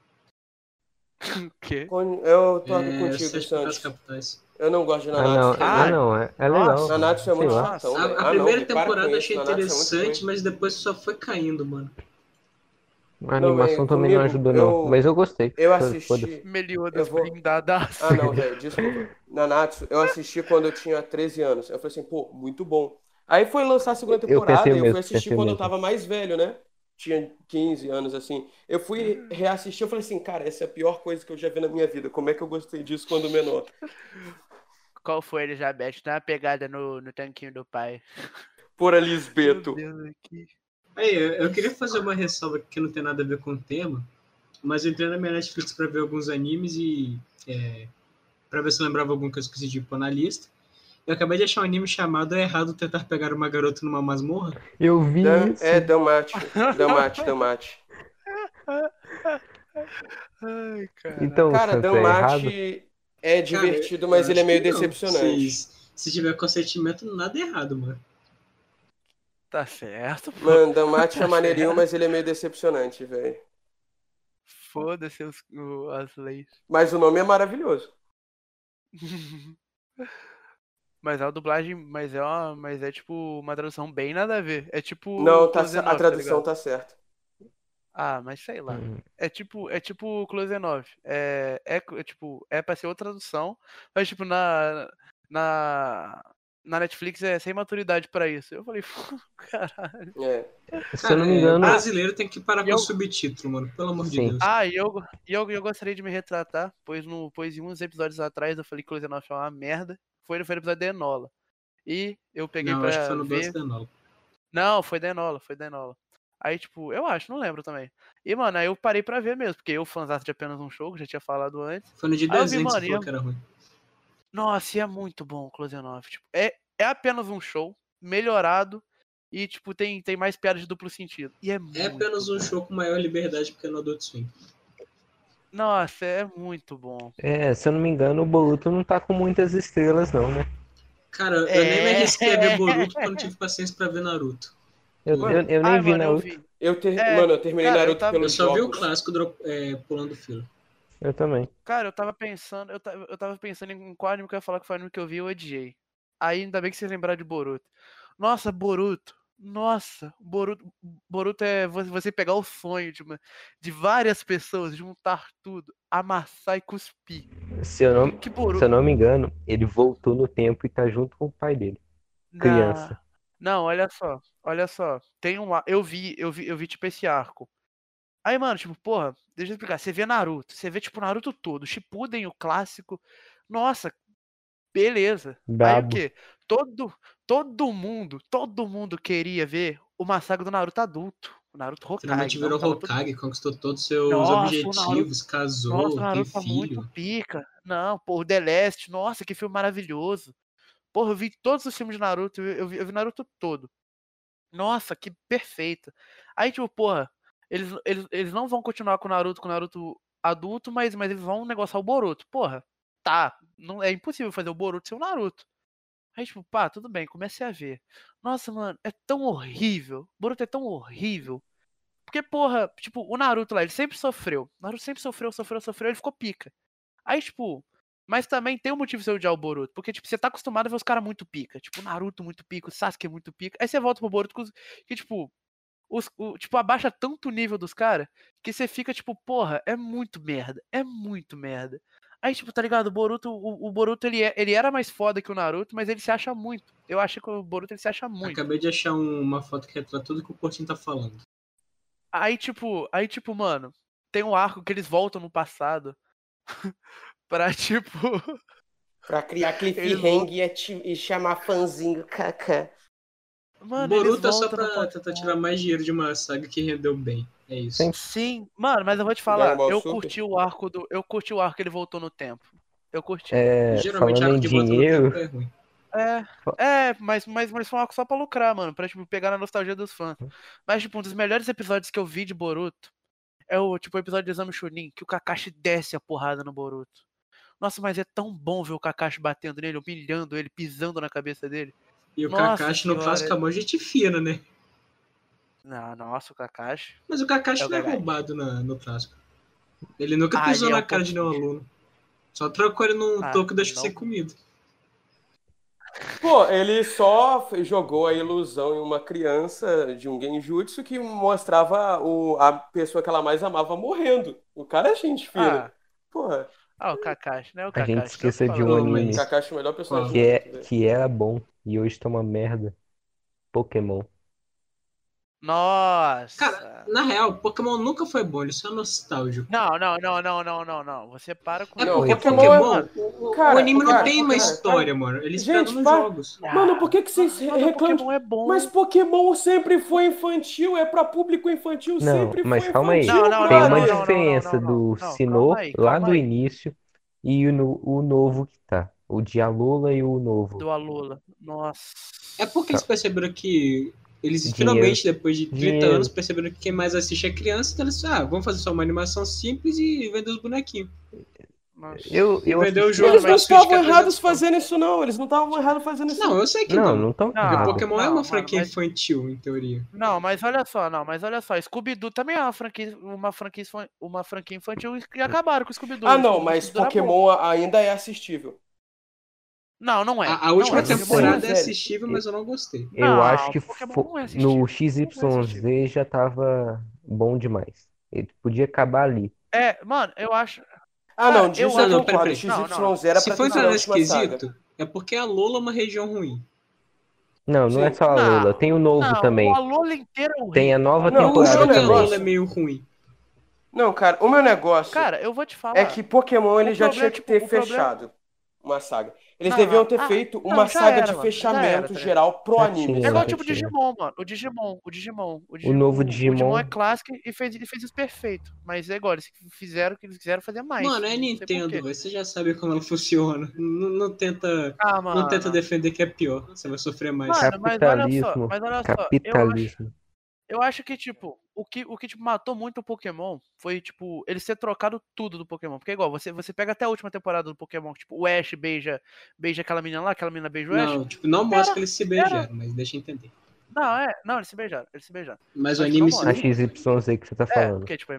O quê? Con- Eu tô É, os contigo, Sete Pecados Santos. Capitais. Eu não gosto de Ah, não, Nanatsu ah, também. Ah, não, é, é legal. nossa. Nanatsu é Sei muito lá. chatão, A, velho. a Ah, não, primeira me para com temporada eu isso. achei Nanatsu é muito interessante, ruim. mas depois só foi caindo, mano. A Não, animação velho, também não comigo, ajudou, não. Mas eu, eu gostei. eu Foda-se. assisti. Eu Meliodas vou. blindadaço. Ah, não, velho, desculpa. Nanatsu, eu assisti quando eu tinha treze anos. Eu falei assim, pô, muito bom. Aí foi lançar a segunda Eu pensei temporada o e eu fui mesmo, assistir pensei o quando eu mesmo. tava mais velho, né? Tinha quinze anos, assim. Eu fui reassistir, eu falei assim, cara, essa é a pior coisa que eu já vi na minha vida. Como é que eu gostei disso quando menor? Qual foi, Elizabeth? Dá uma pegada no, no tanquinho do pai. Por Meu Lisbeto. Deus, aqui. Aí, eu, eu queria fazer uma ressalva que não tem nada a ver com o tema, mas eu entrei na minha Netflix pra ver alguns animes e é, pra ver se eu lembrava algum que eu esqueci de pôr na lista. Eu acabei de achar um anime chamado É Errado Tentar Pegar uma Garota numa Masmorra. Eu vi Dan, isso. é, Damate. Damate, Damate. Ai, cara. Então, o Cara, Santos é errado? Damate é Cara, divertido, eu mas ele é acho meio que não. decepcionante. Se, se tiver consentimento, nada é errado, mano. Tá certo, pô. Mano, Damate é Tá maneirinho, certo. mas ele é meio decepcionante, velho. Foda-se os- o- as leis. Mas o nome é maravilhoso. Mas é uma dublagem, mas é uma, mas é tipo uma tradução bem nada a ver. É tipo Não, tá, Close a Enough, tá tradução ligado? tá certa. Ah, mas sei lá. Hum. É tipo, é tipo Close Enough. É, é, é tipo, é pra ser outra tradução, mas tipo na na na Netflix é sem maturidade pra isso. Eu falei, caralho. É. Se eu não Cara, me é, engano, brasileiro tem que parar E com eu- o subtítulo, mano. Pelo amor de Sim. Deus. Ah, e eu, e eu, eu gostaria de me retratar, pois no, pois em uns episódios atrás eu falei que Close Enough é uma merda. Foi, foi no episódio da Enola. E eu peguei Não, acho que pra foi no doze ver. da Enola. Não, foi da Enola, foi da Enola. Aí, tipo, eu acho, não lembro também. E, mano, aí eu parei pra ver mesmo, porque eu, fãzaço de apenas um show, que já tinha falado antes. Foi no de Aí eu vi, desenho que você mano, e falou eu- que era ruim. Nossa, e é muito bom o Close Enough. Tipo, é, é apenas um show, melhorado, e, tipo, tem, tem mais piadas de duplo sentido. E é muito É apenas um bom. show com maior liberdade porque é no Adult Swim. Nossa, é muito bom. é, se eu não me engano, o Boruto não tá com muitas estrelas, não, né? Cara, eu nem me É. arrisquei a ver Boruto porque eu não tive paciência pra ver Naruto. Eu, Pô, eu, eu nem Ai, vi mano, eu Naruto. vi. Eu ter... É, Mano, eu terminei cara, eu Naruto tava- Eu pelos só vi o jogos. clássico dro- é, pulando fila. Eu também. Cara, eu tava pensando, eu tava, eu tava pensando em qual anime que eu ia falar que foi o anime que eu vi e eu odiei. Aí ainda bem que vocês lembraram de Boruto. Nossa, Boruto. Nossa, Boruto, Boruto é vo- você pegar o sonho de, uma- de várias pessoas, juntar tudo, amassar e cuspir. Se eu não, Que se eu Boruto. não me engano, ele voltou no tempo e tá junto com o pai dele. criança. Não, olha só, olha só. Tem um, ar- eu vi, eu vi, eu vi tipo esse arco. Aí, mano, tipo, porra, deixa eu explicar. Você vê Naruto, você vê tipo Naruto todo, Shippuden, o clássico. Nossa, beleza. Aí o Brabo. quê? Todo, todo mundo, todo mundo queria ver o massacre do Naruto adulto. O Naruto Hokage. Finalmente não, virou tava todo- Hokage, conquistou todos os seus Nossa, o objetivos, casou, Nossa, o tem Naruto tá muito filho. pica. Não, pô, o The Last, nossa, que filme maravilhoso. Porra, eu vi todos os filmes de Naruto, eu eu vi, eu vi Naruto todo. Nossa, que perfeito. Aí, tipo, porra, eles, eles, eles não vão continuar com o Naruto, com o Naruto adulto, mas, mas eles vão negociar o Boruto. Porra, tá, não, é impossível fazer o Boruto ser o Naruto. Aí, tipo, pá, tudo bem, comecei a ver. Nossa, mano, é tão horrível. Boruto é tão horrível. Porque, porra, tipo, o Naruto lá, ele sempre sofreu. O Naruto sempre sofreu, sofreu, sofreu, ele ficou pica. Aí, tipo, mas também tem um motivo de você odiar o Boruto. Porque, tipo, você tá acostumado a ver os caras muito pica. Tipo, o Naruto muito pica, o Sasuke muito pica. Aí você volta pro Boruto com os- que, tipo, os, o, tipo, abaixa tanto o nível dos caras que você fica, tipo, porra, é muito merda. É muito merda. Aí, tipo, tá ligado? O Boruto, o, o Boruto ele, é- ele era mais foda que o Naruto, mas ele se acha muito. Eu acho que o Boruto ele se acha muito. Acabei de achar um- uma foto que retrata tudo que o Portinho tá falando. Aí, tipo, aí, tipo, mano, tem um arco que eles voltam no passado pra, tipo. Pra criar Eles cliffhanger e, ati- e chamar fãzinho, kaká. Mano, eles Boruto é só voltam no pra passado. tentar tirar mais dinheiro de uma saga que rendeu bem. É isso. Sim. Sim, mano, mas eu vou te Dragon falar, Ball eu Super? curti o arco do. Eu curti o arco que ele voltou no tempo. Eu curti. É, Geralmente falando arco em de volta no dinheiro, tempo é ruim. É, é, mas, mas, mas foi um arco só pra lucrar, mano. Pra, tipo, pegar na nostalgia dos fãs. Mas, tipo, um dos melhores episódios que eu vi de Boruto é o, tipo, o episódio de Exame Chunin, que o Kakashi desce a porrada no Boruto. Nossa, mas é tão bom ver o Kakashi batendo nele, humilhando ele, pisando na cabeça dele. E o Nossa Kakashi no senhora, clássico é mó gente fina, né? Não, nossa, o Kakashi. Mas o Kakashi É o não é Kakashi. roubado na- no clássico. Ele nunca Ah, pisou ele é na um cara de nenhum pouquinho. aluno. Só trocou ele num Ah, toco e deixou não. sem comida. Pô, ele só f- jogou a ilusão em uma criança de um genjutsu que mostrava o, a pessoa que ela mais amava morrendo. O cara é gente fina. Ah, Porra, ah, o Kakashi, né? O a Kakashi. gente já esqueceu de falando. um Não, mas- anime Kakashi é o melhor personagem que, do é, mundo, velho. que era bom e hoje tá uma merda. Pokémon. Nossa. Cara, na real, Pokémon nunca foi bom, ele só é nostálgico. Não, não, não, não, não, não, não. Você para com É Não, porque Pokémon Pokémon, é- o, o Cara, anime não cara, tem uma cara, história, cara. mano. Eles Gente, pegam nos para- jogos. Mano, por que que vocês Mas o reclamam? Pokémon é bom. Mas Pokémon sempre foi infantil, é pra público infantil, Não, sempre mas foi calma aí. infantil, Não, não, Tem não, uma não, não, diferença não, não, do não, Sinnoh calma aí, lá calma do aí. início e o, no- o novo que tá. O de Alola e o novo. Do Alola. Nossa. É porque eles perceberam que. Eles Dinheiro. finalmente, depois de trinta Dinheiro. anos, perceberam que quem mais assiste é criança, então eles ah, vamos fazer só uma animação simples e vender os bonequinhos. Nossa. Eu, eu Vendeu o assisti- jogo, Eles não mas estavam crítica errados apresentação. fazendo isso, não. Eles não estavam errados fazendo isso. Não, eu sei que Não, não. não tão Não, Porque errado. Pokémon é não, uma mano, franquia mas- infantil, em teoria. Não, mas olha só, não, mas olha só, Scooby-Doo também é uma franquia, uma franquia, infan- uma franquia infantil e acabaram com o Scooby-Doo. Ah, O não, Scooby-Doo mas era bom. Pokémon ainda é assistível. Não, não é. A, a última não é. Digimon temporada é sério. assistível, mas eu não gostei. Eu Não, acho que Pokémon fo- não é assistível. no Não é X Y Z já tava bom demais. Ele podia acabar ali. É, mano, eu acho. Ah, Cara, não, disso eu eu Ah, não, acho- pera, concordo. peraí. Não, não. X Y Z era Se pra for ter sido entrar a nesse última saga. quesito, é porque a Lola é uma região ruim. Não, não é Sim. só a Lola. Tem o novo não, também. a Lola inteira é horrível. Tem a nova Não, O temporada jogo é também. Lola é negócio- meio ruim. Não, cara, o meu negócio Cara, eu vou te falar. é que Pokémon ele o já problema, tinha que tipo, ter o problema- fechado uma saga. Eles Não, deviam ter ah, feito não, uma já saga era, de mano, já fechamento era, tá ligado? geral pro Já anime. tinha. É igual Já tipo o tinha. Digimon, mano. O Digimon, o Digimon, o Digimon. novo O Digimon- Digimon é clássico e fez, ele fez isso perfeito. Mas é igual, eles fizeram o que eles quiseram fazer mais. Mano, é não sei por Nintendo, quê. velho. Você já sabe como ela funciona. Não, não tenta, Ah, mano. não tenta defender que é pior. Você vai sofrer mais. Mano, mas olha só, Capitalismo. mas olha só, eu acho, Capitalismo. eu acho que, tipo, o que, o que tipo, matou muito o Pokémon foi, tipo, eles ter trocado tudo do Pokémon. Porque, igual, você, você pega até a última temporada do Pokémon, tipo, o Ash beija, beija aquela menina lá, aquela menina beija o Ash. Não, tipo, não mostra Era- que eles se beijaram, mas deixa eu entender. Não, é, não, eles se beijaram, eles se beijaram. Mas o Mas anime não se A mostra. beija. X Y Z que você tá É, falando. porque, tipo, é...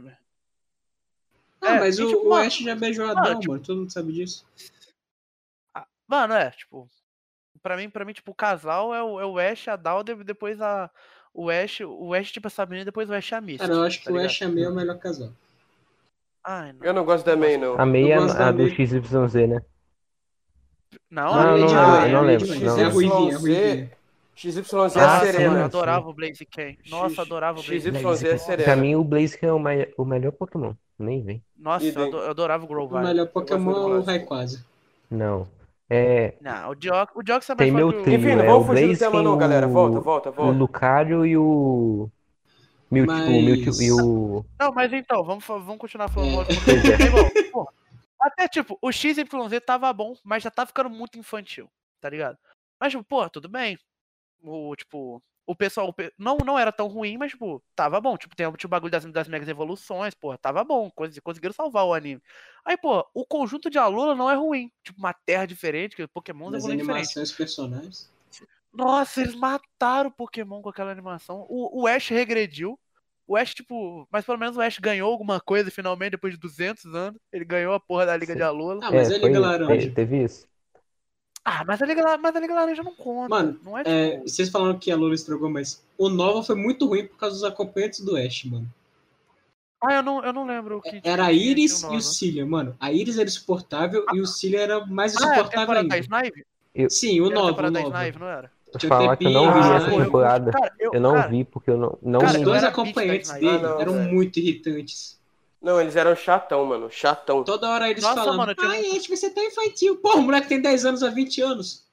Ah, É, mas e, o, tipo, o mano, Ash já beijou a mano, Adão, tipo- mano. Todo mundo sabe disso. Ah, mano, é, tipo, pra mim, pra mim, tipo, o casal é o, é o Ash, a Dalda, e depois a, o Ash, o Ash, tipo, essa menina, e depois o Ash a Misty. Cara, eu acho que tá o ligado? Ash é meio o melhor casal. Ai, não. Eu não gosto da May, não. A meia Eu é gosto a da do May. X Y Z, né? Não, Não, a Não, é Lady de não boa, lembro, Raia, não é lembro, de não boa. É a lembro. Ruivinha, é a X Y Z Ruivinha. X Y Z é Ah, a sim, Serena. sim. adorava o Blaziken. Nossa, X- adorava o Blaziken. X Y Z é Pra Serena. mim, o Blaziken é o, mai- o melhor Pokémon. Nem vem. Nossa, eu Idem. ado- eu adorava o O Grovyle. melhor gosto Pokémon muito é do o Blaziken. Rayquaza. Não. É, Não, o Diox, o Diox é mais tem forte meu que o- trio, Enfim, não é vamos o fugir do tema Blaziken, não, galera. Volta, o, volta, o volta. Lucario e o Mewtwo, o Mewtwo Mas- e o... Não, mas então, vamos, fa- vamos continuar falando É. mal de Pois Pokémon. é. Igual, pô, até tipo, o X Y Z tava bom, mas já tá ficando muito infantil, tá ligado? Mas, tipo, pô, tudo bem. O, tipo, o pessoal o pe- não, não era tão ruim, mas, tipo, tava bom. Tipo, tem tinha o bagulho das, das megas evoluções, pô, tava bom. cons- Conseguiram salvar o anime. Aí, pô, o conjunto de Alola não é ruim. Tipo, uma terra diferente, que Pokémon Das evoluem diferente. animações, personagens. Nossa, eles mataram o Pokémon com aquela animação. O, o Ash regrediu. O Ash, tipo. Mas pelo menos o Ash ganhou alguma coisa finalmente, depois de duzentos anos. Ele ganhou a porra da Liga Sim. de Alola. Ah, mas É, a foi, Liga te- Laranja. teve isso. Ah, mas a Liga, La- mas a Liga Laranja não conta. Mano, não é tipo. É, vocês falaram que a Lola estragou, mas o Nova foi muito ruim por causa dos acompanhantes do Ash, mano. Ah, eu não, eu não lembro o que. Era a que tinha- Iris tinha e o Nova. Cilia, mano. A Iris era insuportável e o Cilia era mais Ah, é a insuportável temporada da ainda. Snipe? Sim, o Era a Nova, o temporada da Nova. Snipe, não era? Vou Tinha o falar que eu não Tempinho, vi ah, essa eu- temporada. Cara, eu, Eu não cara, vi porque eu não, não Os Cara, me... eu dois era beat acompanhantes da dele Snipe. Ah, não, eram velho. muito irritantes. Não, eles eram chatão, mano. Chatão. Toda hora eles Nossa, falando, mano, eu tinha- ai, Ash, você tá infantil. Porra, o moleque tem dez anos há vinte anos.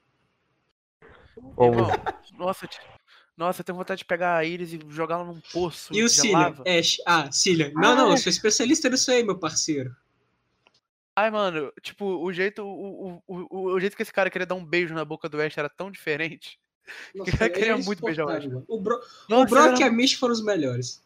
Irmão, onze. nossa, eu tinha- nossa, eu tenho vontade de pegar a Iris e jogar ela num poço E o de Cilia? lava. Ash, ah, Cilia. Não, não, Ai. eu sou especialista nisso aí, meu parceiro. Ai, mano, tipo, o jeito, o, o, o, o jeito que esse cara queria dar um beijo na boca do Ash era tão diferente. Nossa, Eu queria ele é muito beijar o Ash. insuportável, mano. O, Bro... Nossa, o Brock ele e a era- Misty foram os melhores.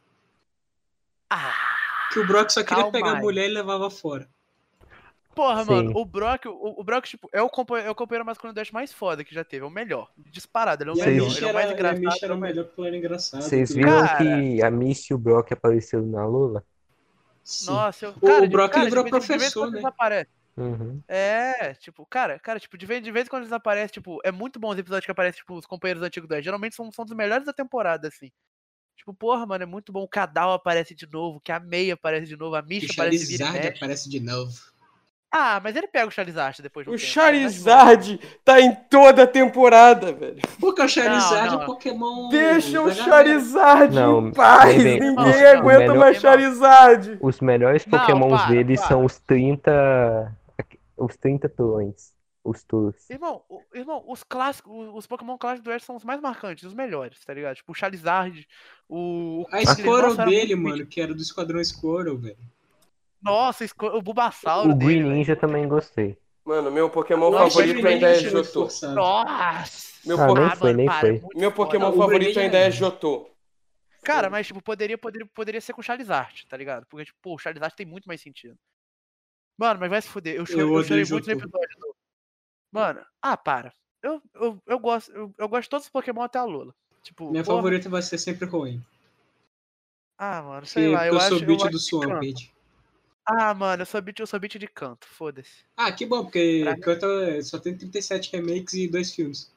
Ah, Que o Brock só queria Calma pegar a aí. mulher e levava fora. porra, Sim. mano, o Brock, o, o Brock, tipo, é o, compa- é o companheiro masculino do Ash mais foda que já teve, é o melhor. Disparado, ele é o E a Vocês- melhor, Misty ele é o era, mais e a engraçado. Misty era é o melhor. melhor porque ela era engraçada. Vocês tudo. viram Cara. que a Misty e o Brock apareceram na Lula? Sim. Nossa, eu, O- cara, o de- Brock, cara, ele virou de vez- de vez em professor, quando né? eles aparecem. Uhum. É, tipo, cara, cara, tipo, de vez, de vez em quando eles aparecem, tipo, é muito bom os episódios que aparecem, tipo, os companheiros antigos do Ash. Geralmente são, são dos melhores da temporada, assim. Tipo, porra, mano, é muito bom. O Kadal aparece de novo, que a Mei aparece de novo, a O Misha aparece vira e Charizard mexe. aparece de novo. Ah, mas ele pega o Charizard depois de um O tempo. Charizard tá em toda a temporada, velho. Porque o Charizard Não, não. é Pokémon. Deixa o da galera. Charizard Não, em paz. bem, bem, Ninguém não, não, aguenta melhor- mais irmão. Charizard. Os melhores Não, pokémons para, dele para. são os trinta... Os trinta turões. Os tours. Irmão, o- irmão, os clássicos, os- os Pokémon clássicos do Ash são os mais marcantes, os melhores, tá ligado? Tipo, o Charizard, o... o A aquele- Squirrel nossa, era dele, muito mano, que era do Esquadrão Squirrel, velho. Nossa, esco- o Bulbasauro O Green dele, Ninja velho. também gostei. Mano, meu Pokémon Nossa, favorito Greninja ainda é achei muito Jotô. forçado. Nossa! Meu Ah, po- nem foi, nem para, foi. é muito Meu foda. Pokémon Não, o favorito Greninja ainda é- é Jotô. Cara, mas tipo, poderia, poderia, poderia ser com o Charizard, tá ligado? Porque, tipo, pô, o Charizard tem muito mais sentido. Mano, mas vai se fuder. Eu, chorei, Eu eu odeio chorei muito no Johto. episódio do... Mano, ah, para. Eu, eu, eu, gosto, eu, eu gosto de todos os Pokémon até a Lula. Tipo, Minha porra. favorita vai ser sempre ruim. Ah, mano, sei Porque, lá, porque eu eu sou acho, eu beat acho do de canto. Swampert. Ah, mano, eu sou beat, eu sou beat de canto, foda-se. Ah, que bom, porque Pra- Canto é- só tem trinta e sete remakes e dois filmes.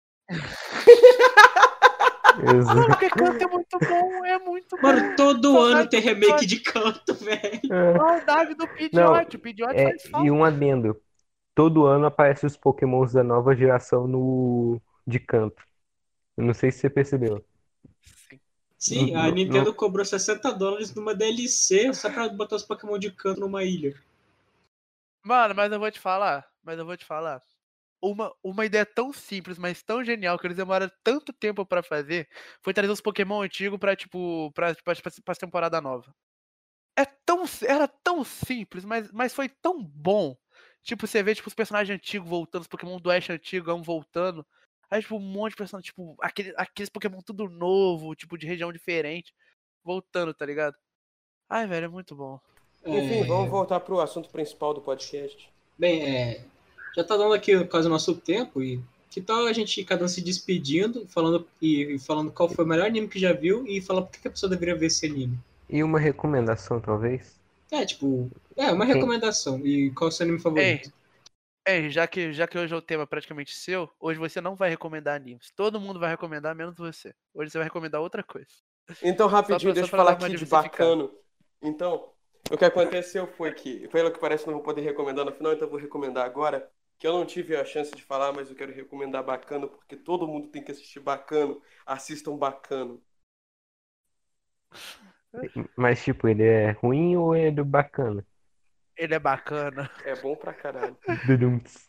Mano, Exato. porque canto é muito bom, é muito Mano, bom. todo Saudade ano tem do remake Pidgeot. de Canto, velho. Saudade do Não, Pidgeot, o Pidgeot é, faz e falta. um adendo. Todo ano aparecem os Pokémons da nova geração no de canto. Eu não sei se você percebeu. Sim. Sim, Não- a não- Nintendo não- cobrou sessenta dólares numa D L C só pra botar os Pokémon de Canto numa ilha. Mano, mas eu vou te falar, mas eu vou te falar. Uma, uma ideia tão simples, mas tão genial, que eles demoraram tanto tempo pra fazer, foi trazer os Pokémon antigos pra, tipo, pra, pra, pra, pra temporada nova. É tão, era tão simples, mas, mas foi tão bom. Tipo, você vê, tipo, os personagens antigos voltando, os Pokémon do Ash antigo voltando. Aí, tipo, um monte de personagens, tipo, aquele, aqueles Pokémon tudo novo, tipo, de região diferente, voltando, tá ligado? Ai, velho, é muito bom. Enfim, É, vamos voltar pro assunto principal do podcast. Bem, é, já tá dando aqui quase o nosso tempo e que tal a gente cada um se despedindo, falando e falando qual foi o melhor anime que já viu e falar por que que a pessoa deveria ver esse anime. E uma recomendação, talvez? É, tipo, é uma Quem- recomendação. E qual é o seu anime favorito? Ei, já que, já que hoje é o tema praticamente seu, hoje você não vai recomendar animes. Todo mundo vai recomendar, menos você. Hoje você vai recomendar outra coisa. Então, rapidinho, pra- deixa eu pra falar dar uma aqui de diversificada. bacano. Então, o que aconteceu foi que, pelo que parece, não vou poder recomendar no final, então eu vou recomendar agora, que eu não tive a chance de falar, mas eu quero recomendar Bacano, porque todo mundo tem que assistir Bacano. Assistam Bacano. Mas, tipo, ele é ruim ou é do bacana? Ele é bacana. É bom pra caralho. Dudums.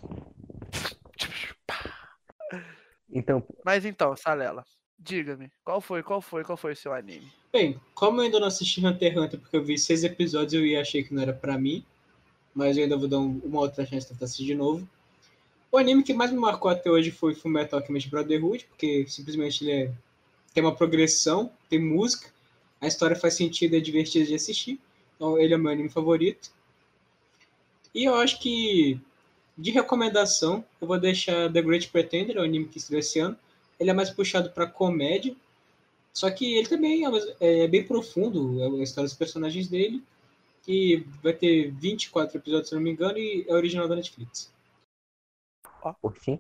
Então, Mas então, Salela, diga-me, qual foi, qual foi, qual foi o seu anime? Bem, como eu ainda não assisti Hunter x Hunter porque eu vi seis episódios eu achei que não era pra mim, mas eu ainda vou dar um- uma outra chance de tentar assistir de novo. O anime que mais me marcou até hoje foi Fullmetal Alchemist Brotherhood, porque simplesmente ele é- tem uma progressão, tem música, a história faz sentido e é divertido de assistir. Então ele é meu anime favorito. E eu acho que, de recomendação, eu vou deixar The Great Pretender, é o anime que estreou esse ano. Ele é mais puxado pra comédia, só que ele também é, é bem profundo, é a história dos personagens dele. E vai ter vinte e quatro episódios, se não me engano, e é original da Netflix. por fim,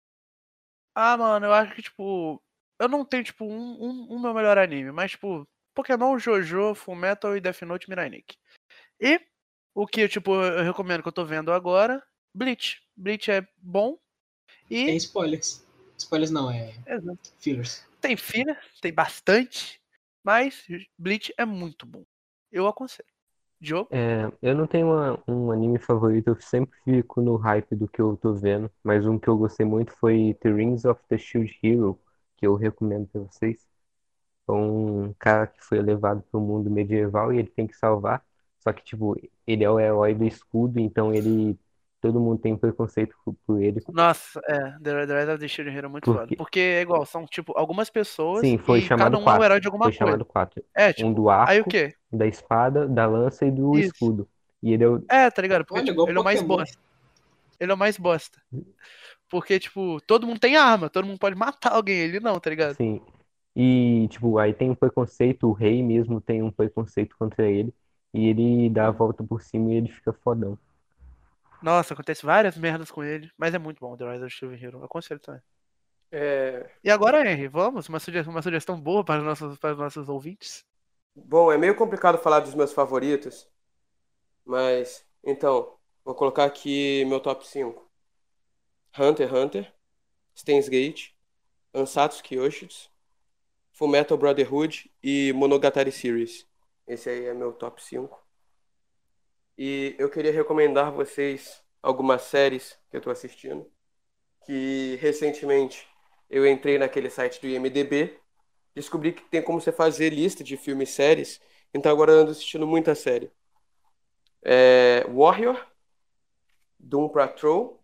Ah, mano, eu acho que, tipo, eu não tenho, tipo, um, um, um meu melhor anime, mas, tipo, Pokémon, Jojo, Fullmetal e Death Note Mirai Nikki. E o que, tipo, eu recomendo que eu tô vendo agora, Bleach. Bleach é bom Tem e... spoilers. Spoilers não, é Exato. fillers. Tem filler, tem bastante, mas Bleach é muito bom. Eu aconselho. Diogo? é, eu não tenho uma- um anime favorito, eu sempre fico no hype do que eu tô vendo, mas um que eu gostei muito foi The Rings of the Shield Hero, que eu recomendo pra vocês. É um cara que foi levado para o mundo medieval e ele tem que salvar, só que, tipo, ele é o herói do escudo, então ele, todo mundo tem preconceito por, por ele, Nossa, é, The The Rise of the Shield Hero é muito foda. porque, Porque é igual, são, tipo, algumas pessoas sim, foi e cada chamado um é o quatro, herói de alguma foi coisa. chamado quatro, É, um tipo, do aí o arco, quê? da espada, da lança e do Isso. escudo, e ele é o, É, tá ligado? Porque, Olha, tipo, igual ele é o mais Pokémon. bosta. Ele é o mais bosta. Porque, tipo, todo mundo tem arma, todo mundo pode matar alguém, ele não, tá ligado? sim, e, tipo, aí tem um preconceito, o rei mesmo tem um preconceito contra ele, e ele dá a volta por cima e ele fica fodão. Nossa, acontece várias merdas com ele, mas é muito bom The Rise of the Shield Hero. Eu aconselho também. É, E agora, Henry, vamos? Uma sugestão, uma sugestão boa para os nossos, para os nossos ouvintes? bom, é meio complicado falar dos meus favoritos, mas então, vou colocar aqui meu top cinco. Hunter x Hunter, Steins Gate, Ansatsu Kyoshitsu, Fullmetal Brotherhood e Monogatari Series. Esse aí é meu top cinco. E eu queria recomendar a vocês algumas séries que eu tô assistindo, que recentemente eu entrei naquele site do I M D B, descobri que tem como você fazer lista de filmes e séries, então agora eu ando assistindo muita série. É Warrior, Doom Patrol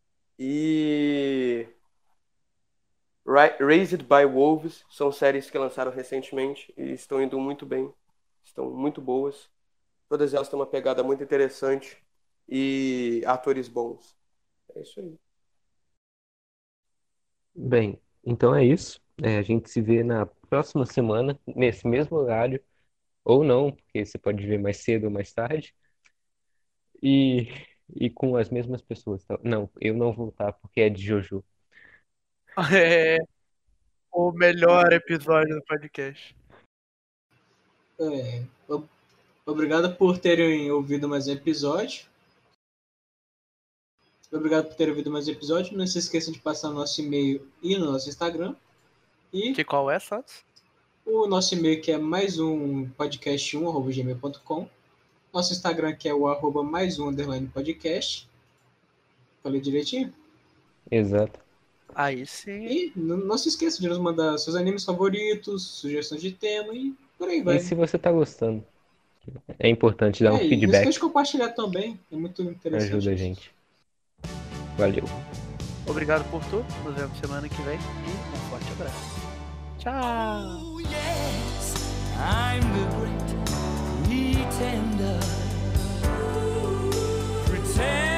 e Ra- Raised by Wolves, são séries que lançaram recentemente e estão indo muito bem, estão muito boas. Todas elas têm uma pegada muito interessante e atores bons. É isso aí. Bem, então é isso. É, a gente se vê na próxima semana, nesse mesmo horário, ou não, porque você pode ver mais cedo ou mais tarde, e, e com as mesmas pessoas. Tá? Não, eu não vou estar porque é de Jojo. É o melhor episódio do podcast. É, o- obrigado por terem ouvido mais um episódio. Obrigado por terem ouvido mais um episódio. Não se esqueçam de passar no nosso e-mail e no nosso Instagram. E Que qual é, Santos? o nosso e-mail que é mais um podcast um arroba gmail ponto com. Nosso Instagram que é o arroba mais um underline podcast. Falei direitinho? Exato. Aí sim. E não, não se esqueça de nos mandar seus animes favoritos, sugestões de tema e por aí vai. E se você tá gostando, é importante dar um É, e não esqueça feedback, de compartilhar também. É muito interessante. ajuda a gente. Valeu. Obrigado por tudo. Nos vemos semana que vem. E um forte abraço. Tchau. Oh, yes, I'm the great pretender. Pretend